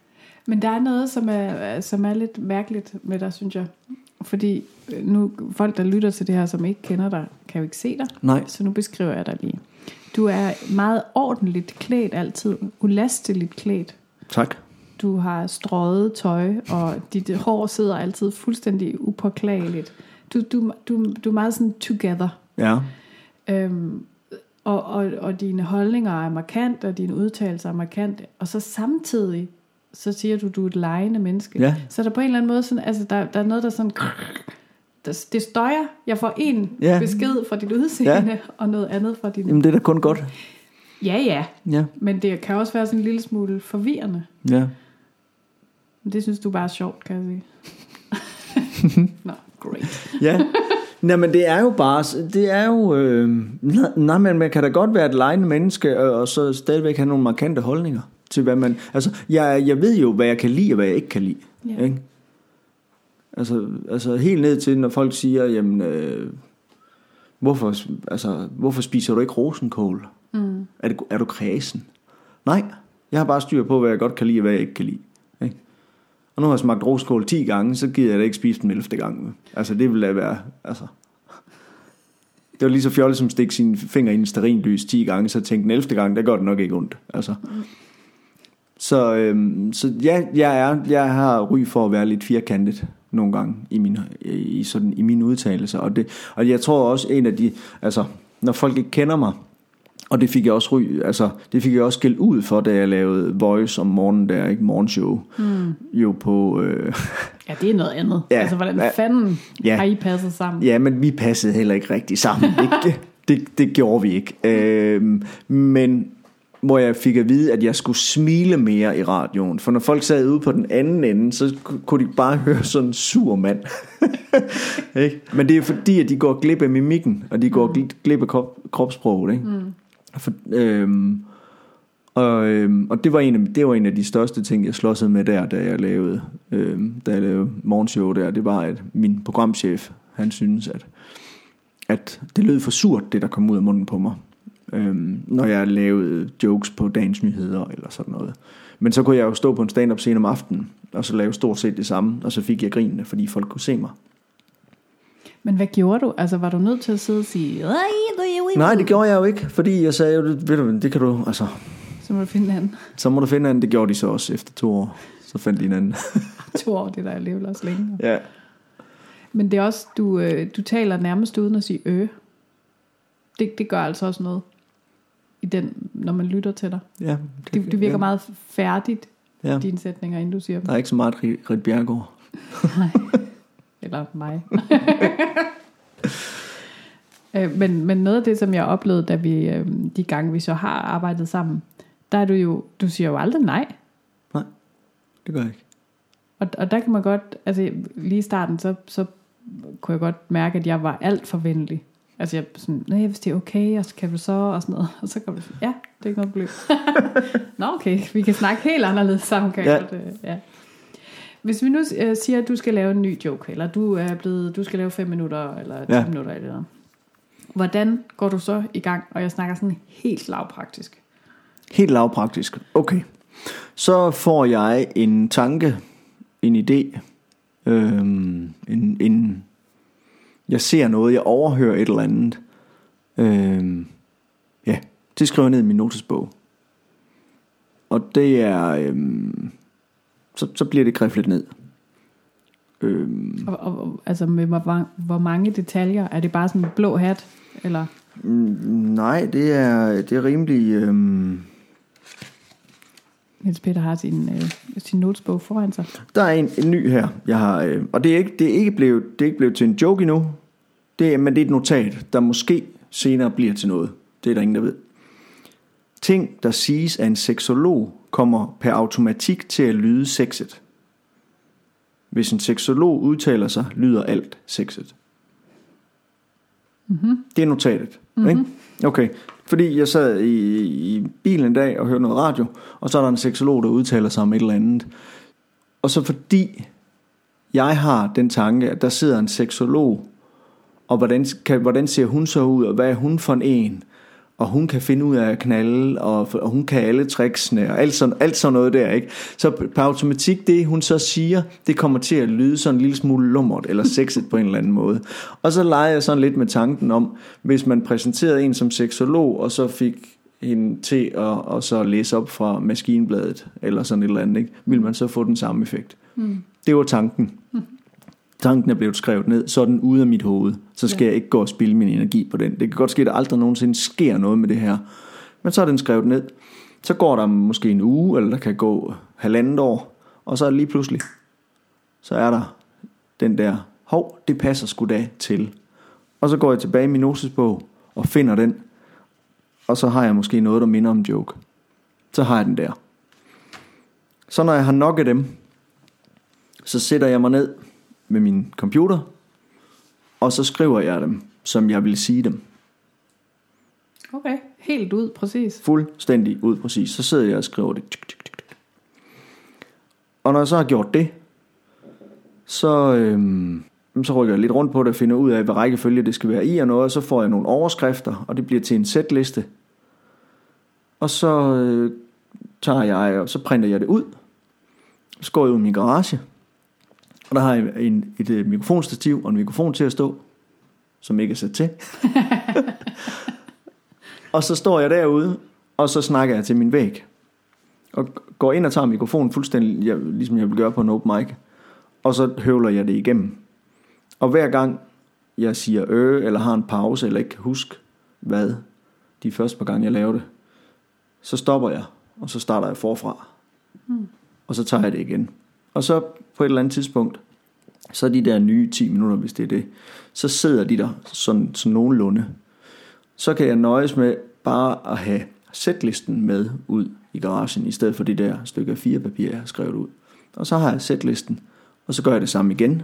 Men der er noget, som er, som er lidt mærkeligt med dig, synes jeg. Fordi nu, folk, der lytter til det her, som ikke kender dig, kan jo ikke se dig. Nej. Så nu beskriver jeg dig lige. Du er meget ordentligt klædt altid. Ulasteligt klædt. Tak. Du har strøget tøj, og dit hår sidder altid fuldstændig upåklageligt. Du, du, du, du er meget sådan together. Ja. Øhm, og, og, og dine holdninger er markant, og dine udtalelser er markante. Og så samtidig, så siger du, du er et legende menneske. Ja. Så der på en eller anden måde, sådan, altså der, der er noget, der sådan, der, det støjer. Jeg får en ja. besked fra dit udseende, ja. og noget andet fra din... Jamen det er da kun godt. Ja, ja, ja. Men det kan også være sådan en lille smule forvirrende. Ja. Men det synes du bare er sjovt, kan jeg sige. Nå, great. Ja. Nej, men det er jo bare, det er jo, øh, nej, men man kan da godt være et legende menneske, og så stadigvæk have nogle markante holdninger til, hvad man, altså, jeg, jeg ved jo, hvad jeg kan lide, og hvad jeg ikke kan lide, ja. Ikke? Altså, altså, helt ned til, når folk siger, jamen, øh, hvorfor, altså, hvorfor spiser du ikke rosenkål? Mm. Er, det, er du kræsen? Nej, jeg har bare styr på, hvad jeg godt kan lide, og hvad jeg ikke kan lide. Ikke? Og nu har jeg smagt rosenkål ti gange, så gider jeg da ikke spise den ellevte gang. Altså det vil da være, altså. Det var lige så fjollet som at stikke sine fingre i en stearinlys ti gange, så tænkte den ellevte gang, der går det nok ikke ondt. Altså. Mm. Så, øhm, så ja, jeg, er, jeg har ry for at være lidt firkantet nogle gange i mine, i, sådan, i mine udtalelser. Og, det, og jeg tror også, en af de, altså når folk ikke kender mig, og det fik jeg også ry, altså det fik jeg også skæld ud for, da jeg lavede Voice om morgenen der, ikke, morgenshow, mm. jo på. Øh, ja, det er noget andet. Ja, altså hvordan fanden ja, har I passet sammen? Ja, men vi passede heller ikke rigtig sammen. Ikke? Det, det gjorde vi ikke. Øh, men hvor jeg fik at vide, at jeg skulle smile mere i radioen, for når folk sad ude på den anden ende, så kunne de bare høre sådan en sur mand. Ikke? Men det er fordi, at de går glip af mimikken, og de går mm. glip af krop, kropssproget, ikke? Mm. For, øhm, og, øhm, og det var en af det var en af de største ting jeg slåsede med der, da jeg lavede øhm, da jeg lavede morgenshow der. Det var at min programchef, han synes at at det lød for surt, det der kom ud af munden på mig, øhm, når jeg lavede jokes på dagens nyheder eller sådan noget. Men så kunne jeg jo stå på en stand-up scene om aftenen, og så lave stort set det samme, og så fik jeg grinene, fordi folk kunne se mig. Men hvad gjorde du? Altså, var du nødt til at sidde og sige... Nej, det gjorde jeg jo ikke, fordi jeg sagde jo, ved du, det kan du, altså... Så må du finde en anden. Så må du finde en anden. Det gjorde de så også efter to år. Så fandt de en anden. to år, det der er alligevel også længe. Ja. Men det er også, du, du taler nærmest uden at sige ø. Det, det gør altså også noget, i den, når man lytter til dig. Ja. Det, det, det virker ja. meget færdigt, ja. dine sætninger, inden du siger dem. Der er ikke så meget Rit Bjerregaard. Nej. Eller mig. men, men noget af det, som jeg oplevede, da vi, de gange vi så har arbejdet sammen, der er du jo, du siger jo aldrig nej. Nej, det gør jeg ikke. Og, og der kan man godt, altså lige i starten, så, så kunne jeg godt mærke, at jeg var alt for venlig. Altså jeg sådan, nej, hvis det er okay, og så kan vi så, og sådan noget. Og så kan vi sige, ja, det er ikke noget problem. Nå okay, vi kan snakke helt anderledes sammen, kan ja. Det, ja. Hvis vi nu øh, siger, at du skal lave en ny joke, eller du er blevet, du skal lave fem minutter, eller ti ja. minutter, eller noget. Hvordan går du så i gang? Og jeg snakker sådan helt lavpraktisk. Helt lavpraktisk, okay. Så får jeg en tanke, en idé, øhm, en, en, jeg ser noget, jeg overhører et eller andet. Øhm, ja, det skriver jeg ned i min notesbog. Og det er, øhm, så, så bliver det griflet ned. Øhm, og, og, altså med hvor, hvor mange detaljer? Er det bare sådan en blå hat? Eller? Nej, det er, det er rimelig... Øhm, Niels Peter har sin, øh, sin notesbog foran sig. Der er en, en ny her, jeg har, øh, og det er, ikke, det, er ikke blevet, det er ikke blevet til en joke endnu, det er, men det er et notat, der måske senere bliver til noget. Det er der ingen, der ved. Ting, der siges af en seksolog, kommer per automatik til at lyde sexet. Hvis en seksolog udtaler sig, lyder alt sexet. Mm-hmm. Det er notatet. Mm-hmm. Ikke? Okay. Fordi jeg sad i, i bilen en dag og hørte noget radio, og så er der en seksolog, der udtaler sig om et eller andet. Og så fordi jeg har den tanke, at der sidder en seksolog, og hvordan, kan, hvordan ser hun så ud, og hvad er hun for en, og hun kan finde ud af at knalde, og, og hun kan alle tricksene, og alt sådan, alt sådan noget der, ikke? Så på automatik, det hun så siger, det kommer til at lyde sådan en lille smule lummert, eller sexet på en eller anden måde. Og så leger jeg sådan lidt med tanken om, hvis man præsenterede en som seksolog, og så fik hende til at og så læse op fra Maskinbladet, eller sådan et eller andet, ikke? Vil man så få den samme effekt. Mm. Det var tanken. Mm. Tanken er blevet skrevet ned, så er den ude af mit hoved. Så skal ja. jeg ikke gå og spilde min energi på den. Det kan godt ske, at der aldrig nogensinde sker noget med det her. Men så er den skrevet ned. Så går der måske en uge, eller der kan gå halvandet år. Og så er det lige pludselig, så er der den der, hov, det passer sgu da til. Og så går jeg tilbage i min notesbog og finder den. Og så har jeg måske noget, der minder om en joke. Så har jeg den der. Så når jeg har nok af dem, så sætter jeg mig ned med min computer, og så skriver jeg dem, som jeg vil sige dem. Okay, helt ud præcis. Fuldstændig ud præcis. Så sidder jeg og skriver det. Og når jeg så har gjort det, så, øhm, så rykker jeg lidt rundt på det og finder ud af, hvad rækkefølge det skal være i og noget, og så får jeg nogle overskrifter, og det bliver til en sætliste. Og så øh, tager jeg, og så printer jeg det ud, så går jeg ud i min garage, og der har jeg en, et, et mikrofonstativ og en mikrofon til at stå, som ikke er sat til. Og så står jeg derude, og så snakker jeg til min væg. Og går ind og tager mikrofonen fuldstændig, jeg, ligesom jeg vil gøre på en open mic. Og så høvler jeg det igennem. Og hver gang jeg siger øh, eller har en pause, eller ikke kan huske, hvad de første par gange jeg laver det, så stopper jeg, og så starter jeg forfra. Mm. Og så tager jeg det igen. Og så på et eller andet tidspunkt, så de der nye ti minutter, hvis det er det, så sidder de der sådan, sådan nogenlunde. Så kan jeg nøjes med bare at have sætlisten med ud i garagen, i stedet for det der stykke af fire papir, jeg har skrevet ud. Og så har jeg sætlisten, og så gør jeg det samme igen.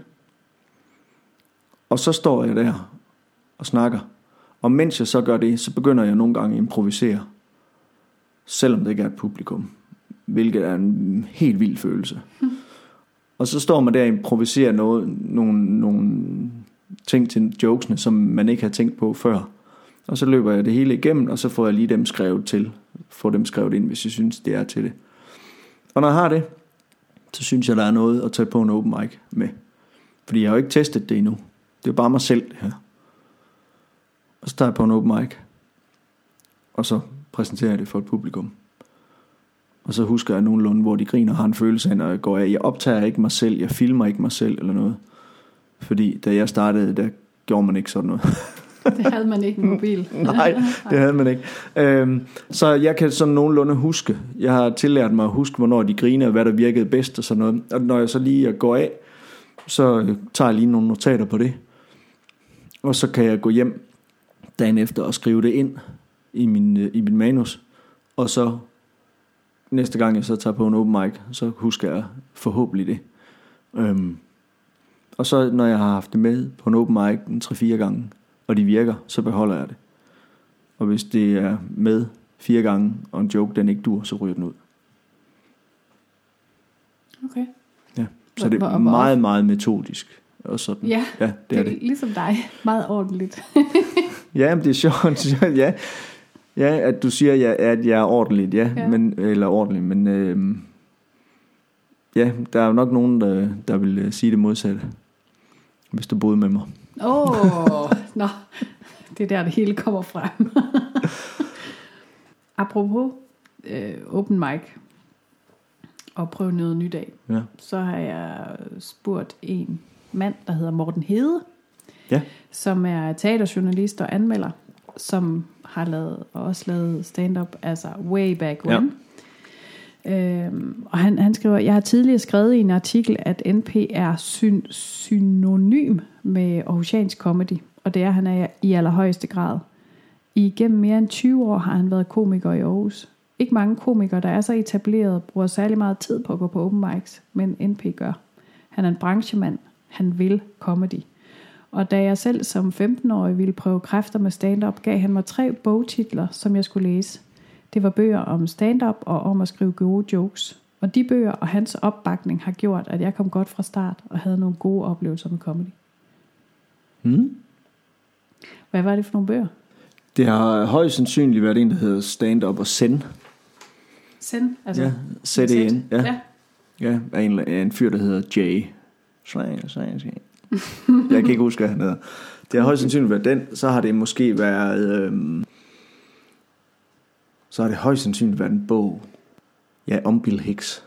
Og så står jeg der og snakker. Og mens jeg så gør det, så begynder jeg nogle gange at improvisere, selvom det ikke er et publikum, hvilket er en helt vild følelse. Mm. Og så står man der og improviserer noget, nogle, nogle ting til jokesene, som man ikke har tænkt på før. Og så løber jeg det hele igennem, og så får jeg lige dem skrevet til. Får dem skrevet ind, hvis jeg synes, det er til det. Og når jeg har det, så synes jeg, der er noget at tage på en open mic med. Fordi jeg har jo ikke testet det endnu. Det er bare mig selv, det her. Og så tager jeg på en open mic. Og så præsenterer jeg det for et publikum. Og så husker jeg nogenlunde, hvor de griner og har en følelse af, når jeg går af. Jeg optager ikke mig selv, jeg filmer ikke mig selv eller noget. Fordi da jeg startede, der gjorde man ikke sådan noget. Det havde man ikke en mobil. Nej, det havde man ikke. Øhm, så jeg kan sådan nogenlunde huske. Jeg har tillært mig at huske, hvornår de griner, og hvad der virkede bedst og sådan noget. Og når jeg så lige går af, så tager jeg lige nogle notater på det. Og så kan jeg gå hjem dagen efter og skrive det ind i min, i min manus. Og så næste gang jeg så tager på en open mic, så husker jeg forhåbentlig det. Øhm, og så når jeg har haft det med på en open mic en tre-fire gange, og de virker, så beholder jeg det. Og hvis det er med fire gange, og en joke den ikke dur, så ryger den ud. Okay. Ja, så det er meget, meget metodisk. Og sådan. Ja, ja det, det er det. det. Ligesom dig. Meget ordentligt. Ja, men det er sjovt. Ja, ja, at du siger, ja, at jeg er ordentligt, ja, ja. Men, eller ordentlig, men øh, ja, der er jo nok nogen, der, der vil sige det modsatte, hvis du boede med mig. Åh, oh, nå, det er der, det hele kommer frem. Apropos øh, open mic og prøve noget nyt af, ja. Så har jeg spurgt en mand, der hedder Morten Hede, ja. Som er teaterjournalist og anmelder, som har lavet, og også lavet stand-up, altså way back when. Ja. Øhm, og han, han skriver, jeg har tidligere skrevet i en artikel, at N P er syn- synonym med aarhusiansk comedy, og det er han er i allerhøjeste grad. Igennem mere end tyve år har han været komiker i Aarhus. Ikke mange komikere, der er så etableret, bruger særlig meget tid på at gå på open mics, men N P gør. Han er en branchemand. Han vil comedy. Og da jeg selv som femten-årig ville prøve kræfter med stand-up, gav han mig tre bogtitler, som jeg skulle læse. Det var bøger om stand-up og om at skrive gode jokes. Og de bøger og hans opbakning har gjort, at jeg kom godt fra start og havde nogle gode oplevelser med comedy. Hmm. Hvad var det for nogle bøger? Det har højst sandsynligt været en, der hedder Stand-up og Zen. Zen? Altså ja, Z E N. Ja. Ja. Ja, af en, af en fyr, der hedder Jay. Jeg kan ikke huske, hvad han hedder. Det har højst sandsynligt været den. Så har det måske været øhm, Så har det højst sandsynligt været en bog. Ja, om Bill Hicks.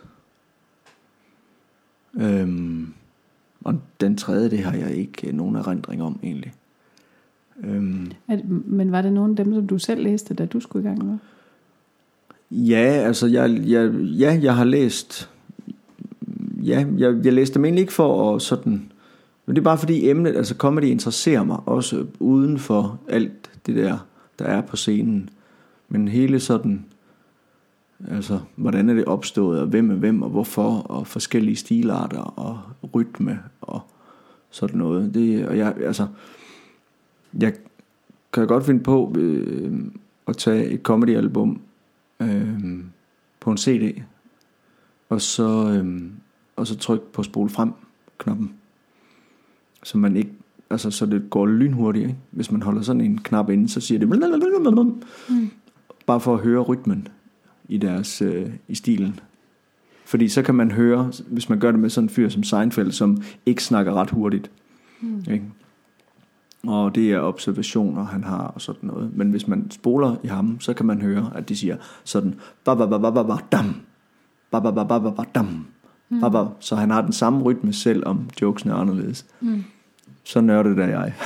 øhm, Og den tredje, det har jeg ikke nogen erindring om egentlig. øhm, At, Men var det nogle af dem, som du selv læste, da du skulle i gang med? Ja, altså jeg, jeg, ja, jeg har læst. Ja, jeg, jeg læste dem egentlig ikke for at sådan. Men det er bare fordi emnet, altså comedy interesserer mig også uden for alt det der, der er på scenen. Men hele sådan, altså hvordan er det opstået, og hvem er hvem, og hvorfor, og forskellige stilarter, og rytme, og sådan noget. Det, og jeg, altså, jeg kan godt finde på øh, at tage et comedyalbum øh, på en C D, og så, øh, og så trykke på spole frem knappen. Så man ikke, altså så det går lynhurtigt, ikke? Hvis man holder sådan en knap inde, så siger det mm. bare for at høre rytmen i deres øh, i stilen. Fordi så kan man høre, hvis man gør det med sådan en fyr som Seinfeld, som ikke snakker ret hurtigt, mm. ikke? Og det er observationer han har og sådan noget. Men hvis man spoler i ham, så kan man høre, at de siger sådan ba ba ba ba ba dam, ba ba ba ba ba dam. Mm. Så han har den samme rytme, selv om jokesene er anderledes. Mm. Så nørdet er jeg.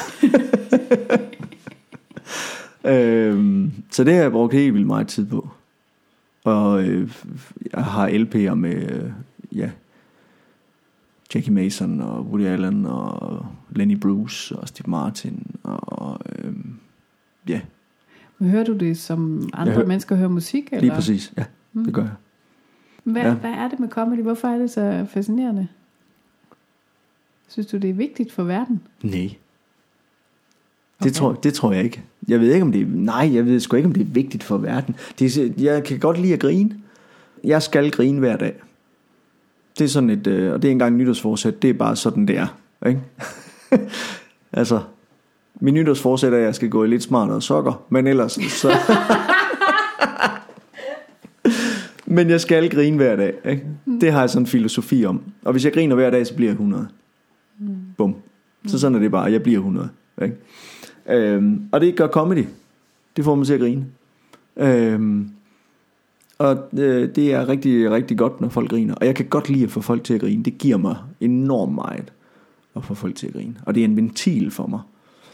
øhm, så det har jeg brugt helt vildt meget tid på. Og øh, jeg har L P'er med øh, ja, Jackie Mason og Woody Allen og Lenny Bruce og Steve Martin og øh, ja. Men hører du det som andre hører, mennesker hører musik? Eller? Lige præcis, ja, mm. det gør jeg. Hvad, ja. hvad er det med comedy? Hvorfor er det så fascinerende? Synes du, det er vigtigt for verden? Nej. Det, okay. tror, det tror jeg ikke. Jeg ved ikke, om det er, nej, jeg ved sgu ikke, om det er vigtigt for verden. Det er, jeg kan godt lide at grine. Jeg skal grine hver dag. Det er sådan et, og det er ikke engang nytårsforsæt, det er bare sådan, det er. Ikke? Altså, min nytårsforsæt er, at jeg skal gå i lidt smartere sokker, men ellers så... Men jeg skal grine hver dag, ikke? Det har jeg sådan en filosofi om. Og hvis jeg griner hver dag, så bliver jeg hundrede. Mm. Bum. Så sådan er det bare, jeg bliver hundrede, ikke? Øhm, og det gør comedy. Det får mig til at grine. Øhm, og øh, det er rigtig, rigtig godt, når folk griner. Og jeg kan godt lide at få folk til at grine. Det giver mig enormt meget at få folk til at grine. Og det er en ventil for mig.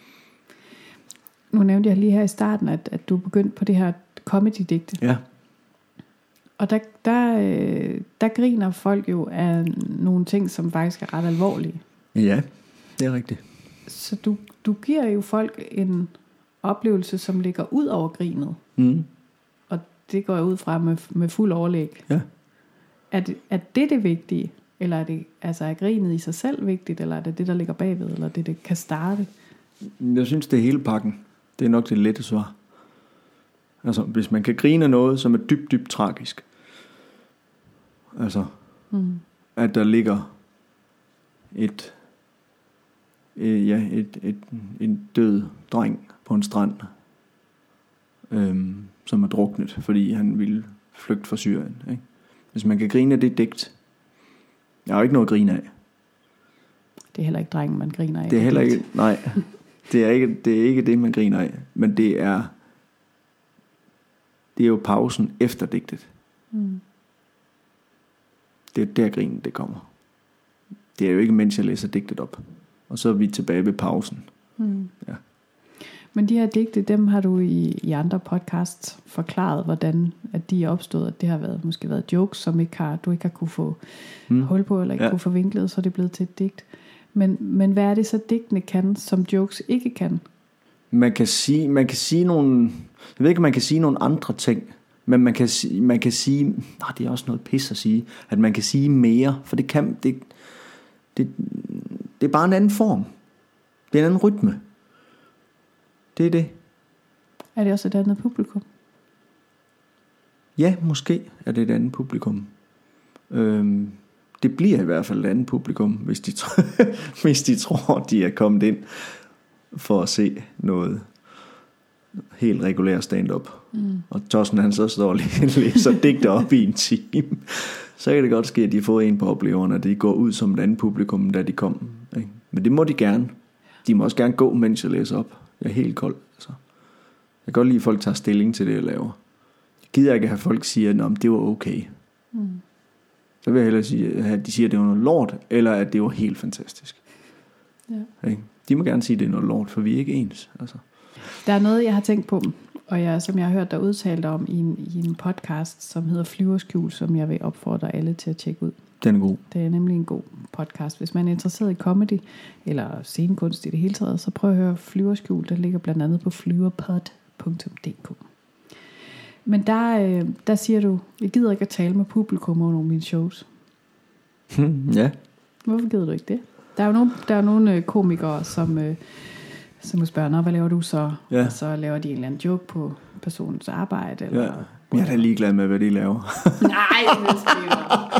Nu nævnte jeg lige her i starten, at, at du begyndte på det her comedy-digte. Ja. Og der, der, øh, der griner folk jo af nogle ting, som faktisk er ret alvorlige. Ja, det er rigtigt. Så du, du giver jo folk en oplevelse, som ligger ud over grinet. Mm. Og det går jeg ud fra med, med fuld overlæg. Ja. Er det, er det det vigtige? Eller er, det, altså er grinet i sig selv vigtigt? Eller er det det, der ligger bagved? Eller det, det kan starte? Jeg synes, det er hele pakken. Det er nok det lette svar. Altså, hvis man kan grine af noget, som er dybt, dybt tragisk. Altså, mm. at der ligger et, et, ja, et, et, en død dreng på en strand, øhm, som er druknet, fordi han ville flygte fra Syrien. Ikke? Hvis man kan grine af det digt, jeg har jo ikke noget at grine af. Det er heller ikke drengen, man griner af. Det er heller ikke, nej, det er ikke, det er ikke det, man griner af, men det er, det er jo pausen efter digtet. Mm. Det er der grinen det kommer. Det er jo ikke mens jeg læser digtet op. Og så er vi tilbage ved pausen. Mm. Ja. Men de her digte, dem har du i, i andre podcasts forklaret, hvordan at de er opstået. At det har været, måske været jokes, som ikke har, du ikke har kunne få mm. hul på, eller ikke ja. kunne få vinklet, så er det blevet til et digt. Men, men hvad er det så digtene kan, som jokes ikke kan? Man kan sige, man kan sige nogle, jeg ved ikke, om man kan sige nogle andre ting, men man kan, man kan sige, nej, det er også noget pis at sige, at man kan sige mere, for det kan, det, det, det er bare en anden form. Det er en anden rytme. Det er det. Er det også et andet publikum? Ja, måske er det et andet publikum. Øhm, det bliver i hvert fald et andet publikum, hvis de, hvis de tror, de er kommet ind for at se noget helt regulær stand-up. Mm. Og Tossen han så står og læser digter op i en time. Så kan det godt ske, at de får en på opleveren, og de går ud som et andet publikum, da de kom. Ikke? Men det må de gerne. De må også gerne gå, mens jeg læser op. Jeg er helt kold. Altså. Jeg kan godt lide, at folk tager stilling til det, jeg laver. Jeg gider ikke have folk siger, at det var okay. Mm. Så vil jeg hellere sige, at de siger, at det var noget lort, eller at det var helt fantastisk. Ja. Ikke? De må gerne sige, at det er noget lort, for vi er ikke ens. Altså. Der er noget, jeg har tænkt på, og jeg, som jeg har hørt dig udtalt om i en, i en podcast, som hedder Flyverskjul, som jeg vil opfordre alle til at tjekke ud. Den er god. Det er nemlig en god podcast. Hvis man er interesseret i comedy, eller scenekunst i det hele taget, så prøv at høre Flyverskjul. Den ligger blandt andet på flyverpod punktum d k. Men der, der siger du, jeg gider ikke at tale med publikum over nogle af mine shows. Hmm, ja. Hvorfor gider du ikke det? Der er jo nogle, der er nogle komikere, som... Så må spørge, nå, hvad laver du så? Ja. Og så laver de en eller anden joke på personens arbejde. Eller, ja. Jeg er da ligeglad med, hvad de laver. Nej, det skriver.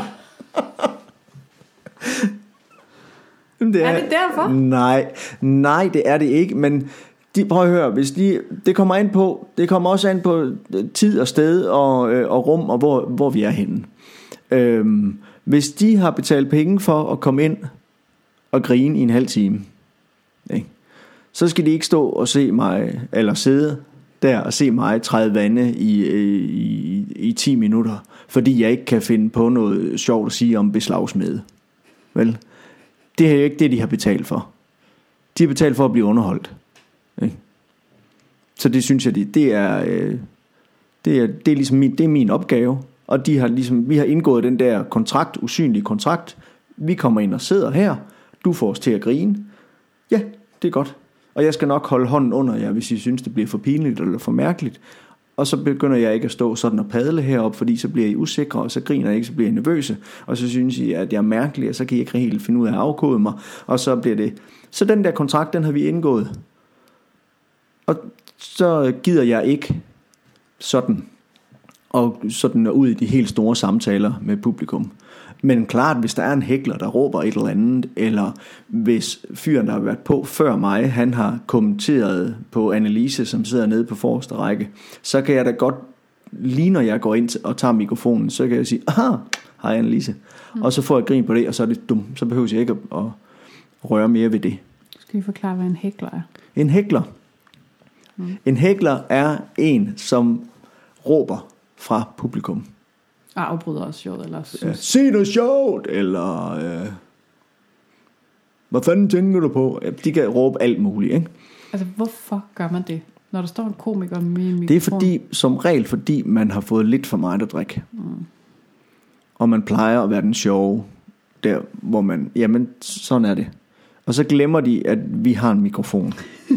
det er, er det derfor? Nej, nej, det er det ikke. Men de, prøv at høre, hvis de, det kommer an på, det kommer også an på tid og sted og, øh, og rum og hvor, hvor vi er henne. Øhm, hvis de har betalt penge for at komme ind og grine i en halv time, ikke? Så skal de ikke stå og se mig, eller sidde der og se mig træde vande i, i, i ti minutter, fordi jeg ikke kan finde på noget sjovt at sige om beslagsmede. Vel? Det er jo ikke det, de har betalt for. De har betalt for at blive underholdt. Ikke? Så det synes jeg, det, det er, det er, det er ligesom min, det er min opgave, og de har ligesom, vi har indgået den der kontrakt, usynlige kontrakt. Vi kommer ind og sidder her, du får os til at grine. Ja, det er godt. Og jeg skal nok holde hånden under jer, hvis I synes, det bliver for pinligt eller for mærkeligt. Og så begynder jeg ikke at stå sådan og padle herop, fordi så bliver I usikre, og så griner jeg ikke, så bliver I nervøse. Og så synes I, at jeg er mærkelig, og så kan I ikke helt finde ud af at afkode mig. Og så bliver det... Så den der kontrakt, den har vi indgået. Og så gider jeg ikke sådan, og sådan ud i de helt store samtaler med publikum. Men klart, hvis der er en hækler, der råber et eller andet, eller hvis fyren, der har været på før mig, han har kommenteret på Annelise, som sidder nede på forreste række, så kan jeg da godt, lige når jeg går ind og tager mikrofonen, så kan jeg sige, aha, hej Annelise. Mm. Og så får jeg grin på det, og så er det dumt. Så behøver jeg ikke at, at røre mere ved det. Skal vi forklare, hvad en hækler er? En hækler. Mm. En hækler er en, som råber fra publikum. Og afbryder også sjovt, eller ja, sig noget sjovt, eller øh, hvad fanden tænker du på? Ja, de kan råbe alt muligt, ikke? Altså, hvorfor gør man det, når der står en komiker med en mikrofon? Det er fordi, som regel, fordi man har fået lidt for meget at drikke. Mm. Og man plejer at være den sjove, der hvor man, jamen, sådan er det. Og så glemmer de, at vi har en mikrofon.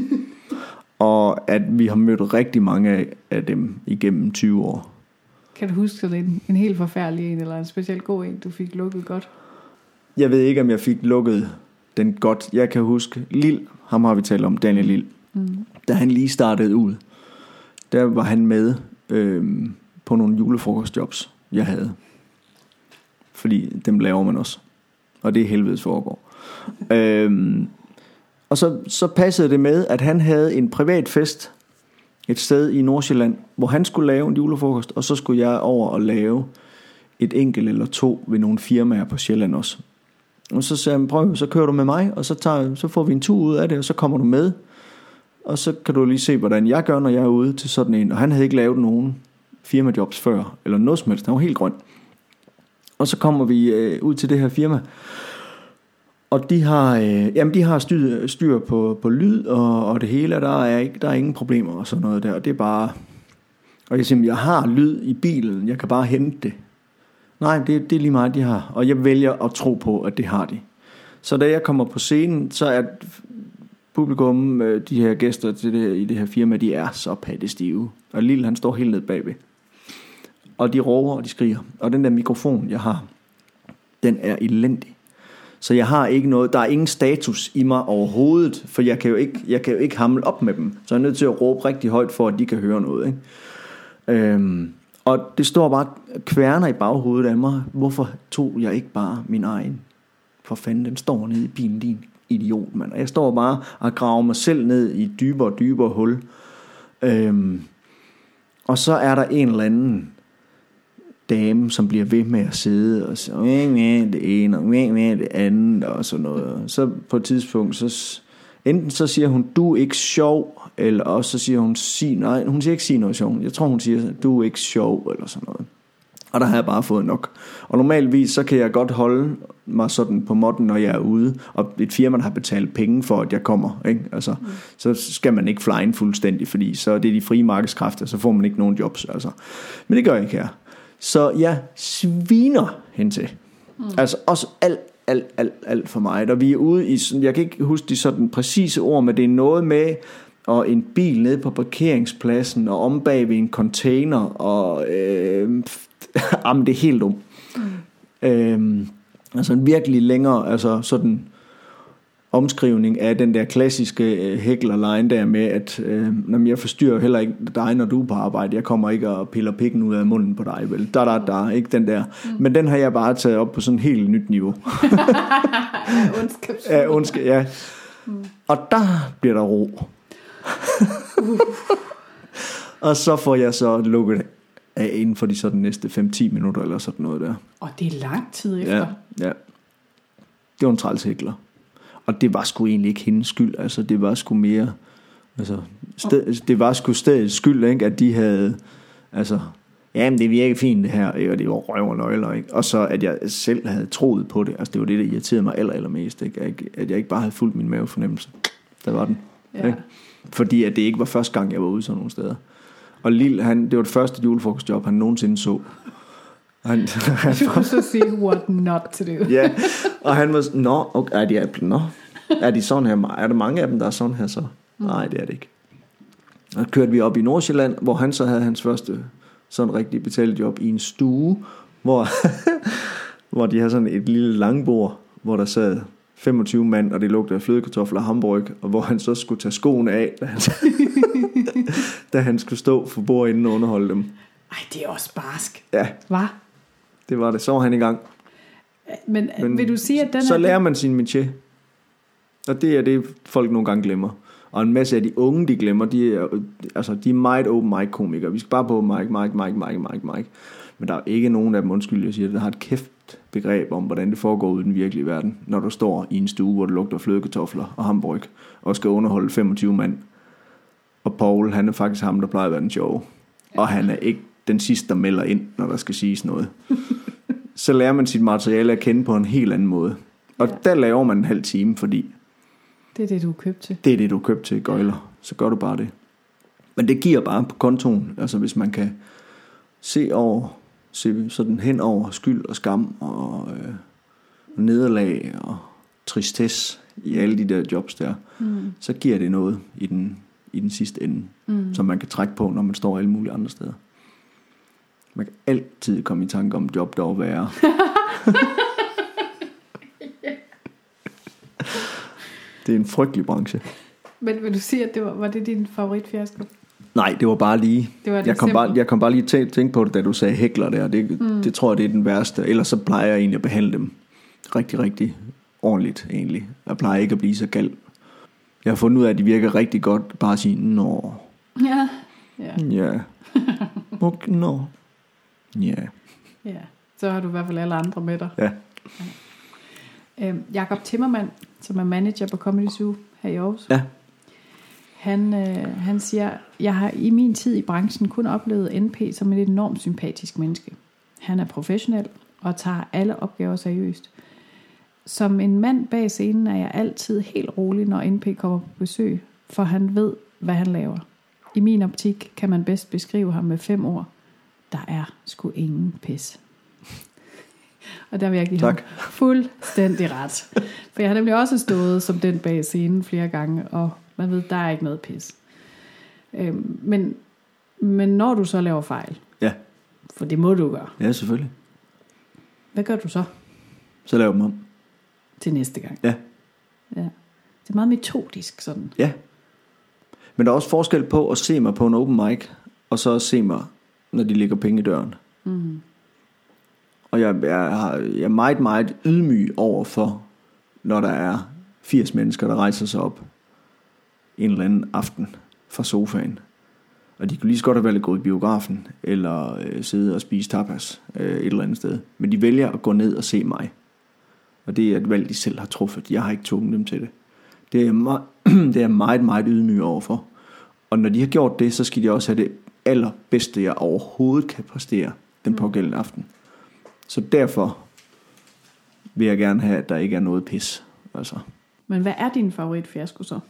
Og at vi har mødt rigtig mange af, af dem igennem tyve år. Kan du huske sådan en, en helt forfærdelig en, eller en specielt god en, du fik lukket godt? Jeg ved ikke, om jeg fik lukket den godt. Jeg kan huske, Lil, ham har vi talt om, Daniel Lil. Mm. Da han lige startede ud, der var han med øh, på nogle julefrokostjobs, jeg havde. Fordi dem laver man også. Og det er helvedes foregår. øhm, og så, så passede det med, at han havde en privat fest et sted i Nordsjælland, hvor han skulle lave en julefrokost, og så skulle jeg over og lave et enkelt eller to ved nogle firmaer på Sjælland også. Og så sagde han, prøv, så kører du med mig, og så, tager, så får vi en tur ud af det, og så kommer du med, og så kan du lige se, hvordan jeg gør, når jeg er ude til sådan en. Og han havde ikke lavet nogen firmajobs før, eller noget som helst, han var helt grøn. Og så kommer vi øh, ud til det her firma, og de har, øh, jamen de har styr, styr på, på lyd og, og det hele, og der er, ikke, der er ingen problemer og sådan noget der. Og det er bare, og jeg siger, jeg har lyd i bilen, jeg kan bare hente det. Nej, det, det er lige meget, de har. Og jeg vælger at tro på, at det har de. Så da jeg kommer på scenen, så er publikum, de her gæster til det, i det her firma, de er så pattestive. Og Lille, han står helt ned bagved. Og de råber, og de skriger. Og den der mikrofon, jeg har, den er elendig. Så jeg har ikke noget, der er ingen status i mig overhovedet, for jeg kan jo ikke, jeg kan jo ikke hamle op med dem. Så jeg er nødt til at råbe rigtig højt, for at de kan høre noget, ikke? Øhm, og det står bare kværner i baghovedet af mig. Hvorfor tog jeg ikke bare min egen? For fanden, den står nede i bilen, din idiot, mand. Og jeg står bare og graver mig selv ned i et dybere og dybere hul. Øhm, og så er der en eller anden dame, som bliver ved med at sidde og så med det ene og med det andet og sådan noget. Så på et tidspunkt, så enten så siger hun, du er ikke sjov, eller også så siger hun, sig, nej, hun siger ikke sig noget sjov. Jeg tror, hun siger, du er ikke sjov, eller sådan noget. Og der har jeg bare fået nok. Og normalvis, så kan jeg godt holde mig sådan på måtten, når jeg er ude, og et firma, der har betalt penge for, at jeg kommer, ikke? Altså, mm. så skal man ikke fly ind fuldstændig, fordi så er det de frie markedskræfter, så får man ikke nogen jobs, altså. Men det gør jeg ikke her. Så jeg sviner hen til. Mm. Altså også alt, alt, alt, alt for mig. Da vi er ude i sådan, jeg kan ikke huske de sådan præcise ord, men det er noget med og en bil nede på parkeringspladsen og om bag ved en container og øh, jamen det er helt dumt. Mm. Øh, altså en virkelig længere, altså sådan omskrivning af den der klassiske øh, hæklerline der med, at øh, jeg forstyrrer heller ikke dig, når du er på arbejde. Jeg kommer ikke og piller pikken ud af munden på dig, vel? Da, da, da, ikke den der. Mm. Men den har jeg bare taget op på sådan et helt nyt niveau. Ja, ondskab. Ja, ondskab, ja. Mm. Og der bliver der ro. uh. Og så får jeg så lukket af inden for de sådan næste fem til ti minutter eller sådan noget der. Og det er lang tid efter. Ja, ja. Det var en trælshækler. Og det var sgu egentlig ikke hendes skyld. Altså det var sgu mere altså, sted, det var sgu stedets skyld, ikke? At de havde altså, jamen det virker fint det her, ikke? Og det var røv og nøgler, ikke? Og så at jeg selv havde troet på det. Altså det var det, der irriterede mig aller, allermest, ikke? At, at jeg ikke bare havde fulgt min mavefornemmelse. Der var den, ja. Ikke? Fordi at det ikke var første gang jeg var ude sådan nogle steder. Og Lille, han, det var det første julefrokostjob han nogensinde så. Han, han du kunne så sige what not to do. Ja, og han var sådan, nå, okay, er de, nå, er de sådan her? Er der mange af dem, der er sådan her så? Mm. Nej, det er det ikke. Og så kørte vi op i Nordsjælland, hvor han så havde hans første sådan rigtig betalt job i en stue, hvor, hvor de havde sådan et lille langbord, hvor der sad femogtyve mand, og det lugtede af flødekartofler og hamburg, og hvor han så skulle tage skoene af, da han, da han skulle stå for bordet inden og underholde dem. Ej, det er også barsk. Ja. Hvad? Det var det. Så var han i gang. Men, Men vil du sige, at den så er... lærer man sin métier. Og det er det, folk nogle gange glemmer. Og en masse af de unge, de glemmer, de er, altså, de er meget open mic komikere. Vi skal bare på mic, mic, mic, mic, mic, mic. Men der er ikke nogen af dem, undskyld, jeg siger, der har et kæft begreb om, hvordan det foregår ude i den virkelige verden, når du står i en stue, hvor det lugter flødekartofler og hamburg, og skal underholde femogtyve mand. Og Paul, han er faktisk ham, der plejer at være den sjove. Og han er ikke den sidste, der melder ind, når der skal siges noget. Så lærer man sit materiale at kende på en helt anden måde. Og ja. Der laver man en halv time, fordi det er det, du er købt til. Det er det, du er købt til, gøjler. Så gør du bare det. Men det giver bare på kontoen, altså hvis man kan se over, se sådan hen over skyld og skam og øh, nederlag og tristesse i alle de der jobs der, mm. så giver det noget i den, i den sidste ende, mm. som man kan trække på, når man står alle mulige andre steder. Man kan altid komme i tanke om job, der er værre. Det er en frygtelig branche. Men vil du sige, at det var, var det din favoritfiasko? Nej, det var bare lige. Det var det jeg, kom bare, jeg kom bare lige til at tænke på det, da du sagde hækler der. Det, mm. det tror jeg, det er den værste. Ellers så plejer jeg egentlig at behandle dem rigtig, rigtig ordentligt egentlig. Jeg plejer ikke at blive så gal. Jeg har fundet ud af, at de virker rigtig godt. Bare at sige, nå. Ja. Ja. Ja. Okay, nå. Ja. Ja. Så har du i hvert fald alle andre med dig. Ja. ja. Øhm, Jakob Timmermann, som er manager på Comedy Zoo her i Aarhus. Ja. Han, øh, han siger, jeg har i min tid i branchen kun oplevet N P som et enormt sympatisk menneske. Han er professionel og tager alle opgaver seriøst. Som en mand bag scenen er jeg altid helt rolig, når N P kommer på besøg, for han ved, hvad han laver. I min optik kan man bedst beskrive ham med fem ord. Der er sgu ingen pis. Og der vil jeg give tak. Ham fuldstændig ret. For jeg har nemlig også stået som den bag scenen flere gange, og man ved, der er ikke noget pis. Øhm, men, men når du så laver fejl, ja. For det må du gøre. Ja, selvfølgelig. Hvad gør du så? Så laver dem om. Til næste gang. Ja. Ja. Det er meget metodisk sådan. Ja. Men der er også forskel på at se mig på en open mic, og så at se mig, når de lægger penge i døren. Mm. Og jeg, jeg, har, jeg er meget, meget ydmyg over for, når der er firs mennesker, der rejser sig op en eller anden aften fra sofaen. Og de kunne lige så godt have valgt at gå i biografen, eller øh, sidde og spise tapas øh, et eller andet sted. Men de vælger at gå ned og se mig. Og det er et valg, de selv har truffet. Jeg har ikke tvunget dem til det. Det er jeg meget, det er jeg meget, meget ydmyg overfor. Og når de har gjort det, så skal de også have det allerbedste, jeg overhovedet kan præstere den pågældende aften. Så derfor vil jeg gerne have, at der ikke er noget pis. Altså. Men hvad er din favoritfiasko så?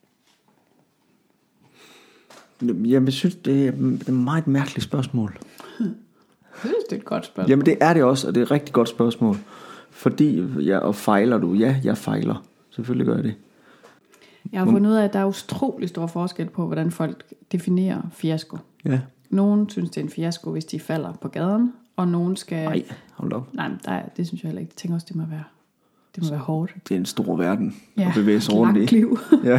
Jeg synes, det er et meget mærkeligt spørgsmål. Jeg synes, det er et godt spørgsmål. Jamen det er det også, og det er et rigtig godt spørgsmål. Fordi, ja, og fejler du? Ja, jeg fejler. Selvfølgelig gør jeg det. Jeg har fundet ud af, at der er utrolig stor forskel på, hvordan folk definerer fiasko. Ja. Nogen synes, det er en fiasko, hvis de falder på gaden, og nogen skal... Nej, hold op. Nej, der er, det synes jeg heller ikke. Jeg tænker også, det må være, det må være hårdt. Det er en stor verden ja, at bevæge sig rundt i. Liv. Ja.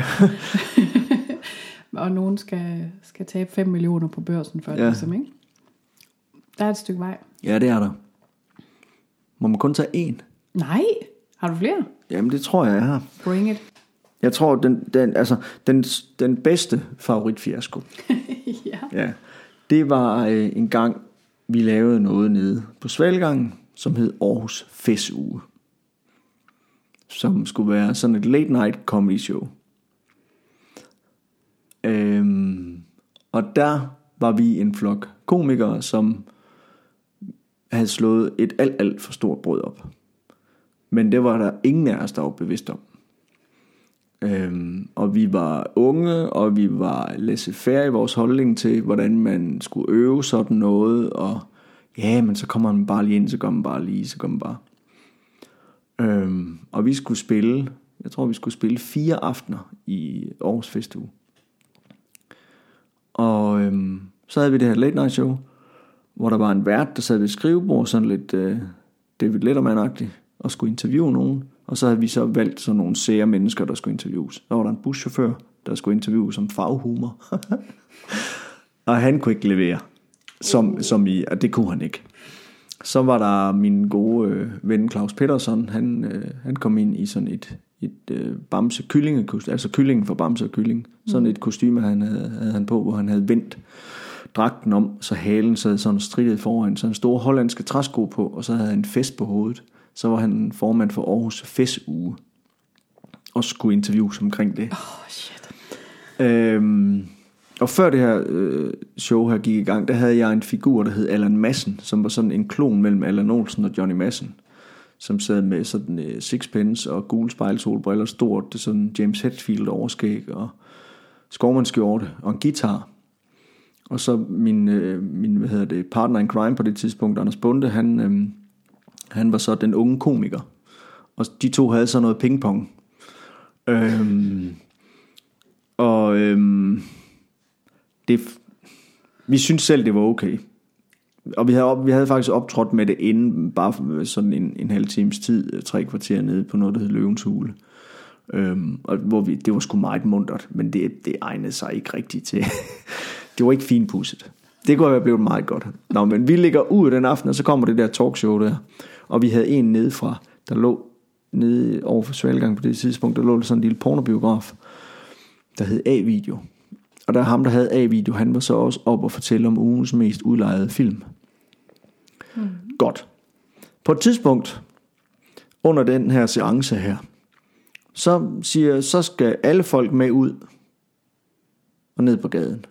Og nogen skal, skal tabe fem millioner på børsen for ja. Det, ligesom, ikke? Der er et stykke vej. Ja, det er der. Må man kun tage én? Nej, har du flere? Jamen, det tror jeg, jeg har. Bring it. Jeg tror, den, den, altså, den, den bedste favoritfiasko, ja. Ja, det var øh, en gang, vi lavede noget nede på Svalgangen, som hed Aarhus Festuge. Som skulle være sådan et late night comedy show. Øhm, og der var vi en flok komikere, som havde slået et alt, alt for stort brød op. Men det var der ingen af os, der var bevidst om. Øhm, og vi var unge, og vi var laissez-faire i vores holdning til, hvordan man skulle øve sådan noget. Og ja, men så kommer man bare lige ind, så kommer man bare lige, så kommer man bare. Øhm, og vi skulle spille, jeg tror vi skulle spille fire aftener i Aarhus Festuge. Og øhm, så havde vi det her late night show, hvor der var en vært, der sad ved et skrivebord, sådan lidt øh, David Letterman-agtigt, og skulle interviewe nogen. Og så havde vi så valgt sådan nogle sære mennesker, der skulle interviews. Så var der en buschauffør, der skulle interviews som faghumor. Og han kunne ikke levere, som, som i, og det kunne han ikke. Så var der min gode øh, ven Claus Pettersson. Han, øh, han kom ind i sådan et, et øh, bamse kyllingekostyme, altså kyllingen for bamse og kylling. Sådan mm. et kostyme han havde, havde han på, hvor han havde vendt dragten om, så halen sad sådan strittet foran, så en stor hollandske træsko på, og så havde han en fest på hovedet. Så var han formand for Aarhus Festuge, og skulle interviews omkring det. Oh, shit. Øhm, og før det her øh, show her gik i gang, der havde jeg en figur, der hed Allan Madsen, som var sådan en klon mellem Allan Olsen og Johnny Madsen, som sad med sådan øh, sixpence og gule spejlsolbriller, stort, det sådan James Hetfield overskæg og skovmandskjorte og en guitar. Og så min, øh, min hvad hedder det, partner in crime på det tidspunkt, Anders Bonde, han, øh, han var så den unge komiker. Og de to havde så noget pingpong. Øhm, og øhm, det, vi synes selv, det var okay. Og vi havde, op, vi havde faktisk optrådt med det inden, bare sådan en, en halv times tid, tre kvarter nede på noget, der hed Løvens Hule. Øhm, og hvor vi, det var sgu meget muntert, men det, det egnede sig ikke rigtigt til. Det var ikke finpudset. Det kunne have blevet meget godt. Nå, men vi ligger ud den aften, og så kommer det der talkshow der. Og vi havde en nedefra, der lå nede over for Svalgang på det tidspunkt, der lå sådan en lille pornobiograf, der hed A-video. Og der ham, der havde A-video, han var så også op og fortælle om ugens mest udlejede film. Mm. Godt. På et tidspunkt, under den her seance her, så siger, så skal alle folk med ud og ned på gaden.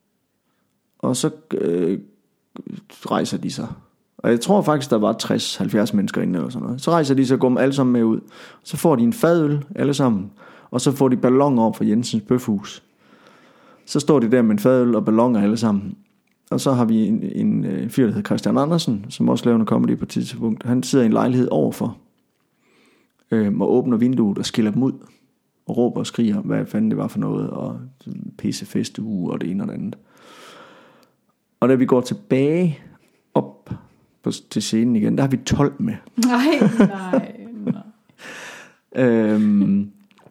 Og så øh, rejser de sig. Og jeg tror faktisk, der var tres til halvfjerds mennesker inde eller sådan noget. Så rejser de sig og går alle sammen med ud. Så får de en fadøl alle sammen. Og så får de balloner op fra Jensens Bøfhus. Så står de der med en fadøl og balloner alle sammen. Og så har vi en, en, en fyr, der hedder Christian Andersen, som også laver noget comedy på et tidspunkt. Han sidder i en lejlighed overfor. Øh, og åbner vinduet og skiller dem ud. Og råber og skriger, hvad fanden det var for noget. Og pissefestuge og det ene og det andet. Og da vi går tilbage op på, til scenen igen, der har vi tolv med. Nej, nej, nej. øhm,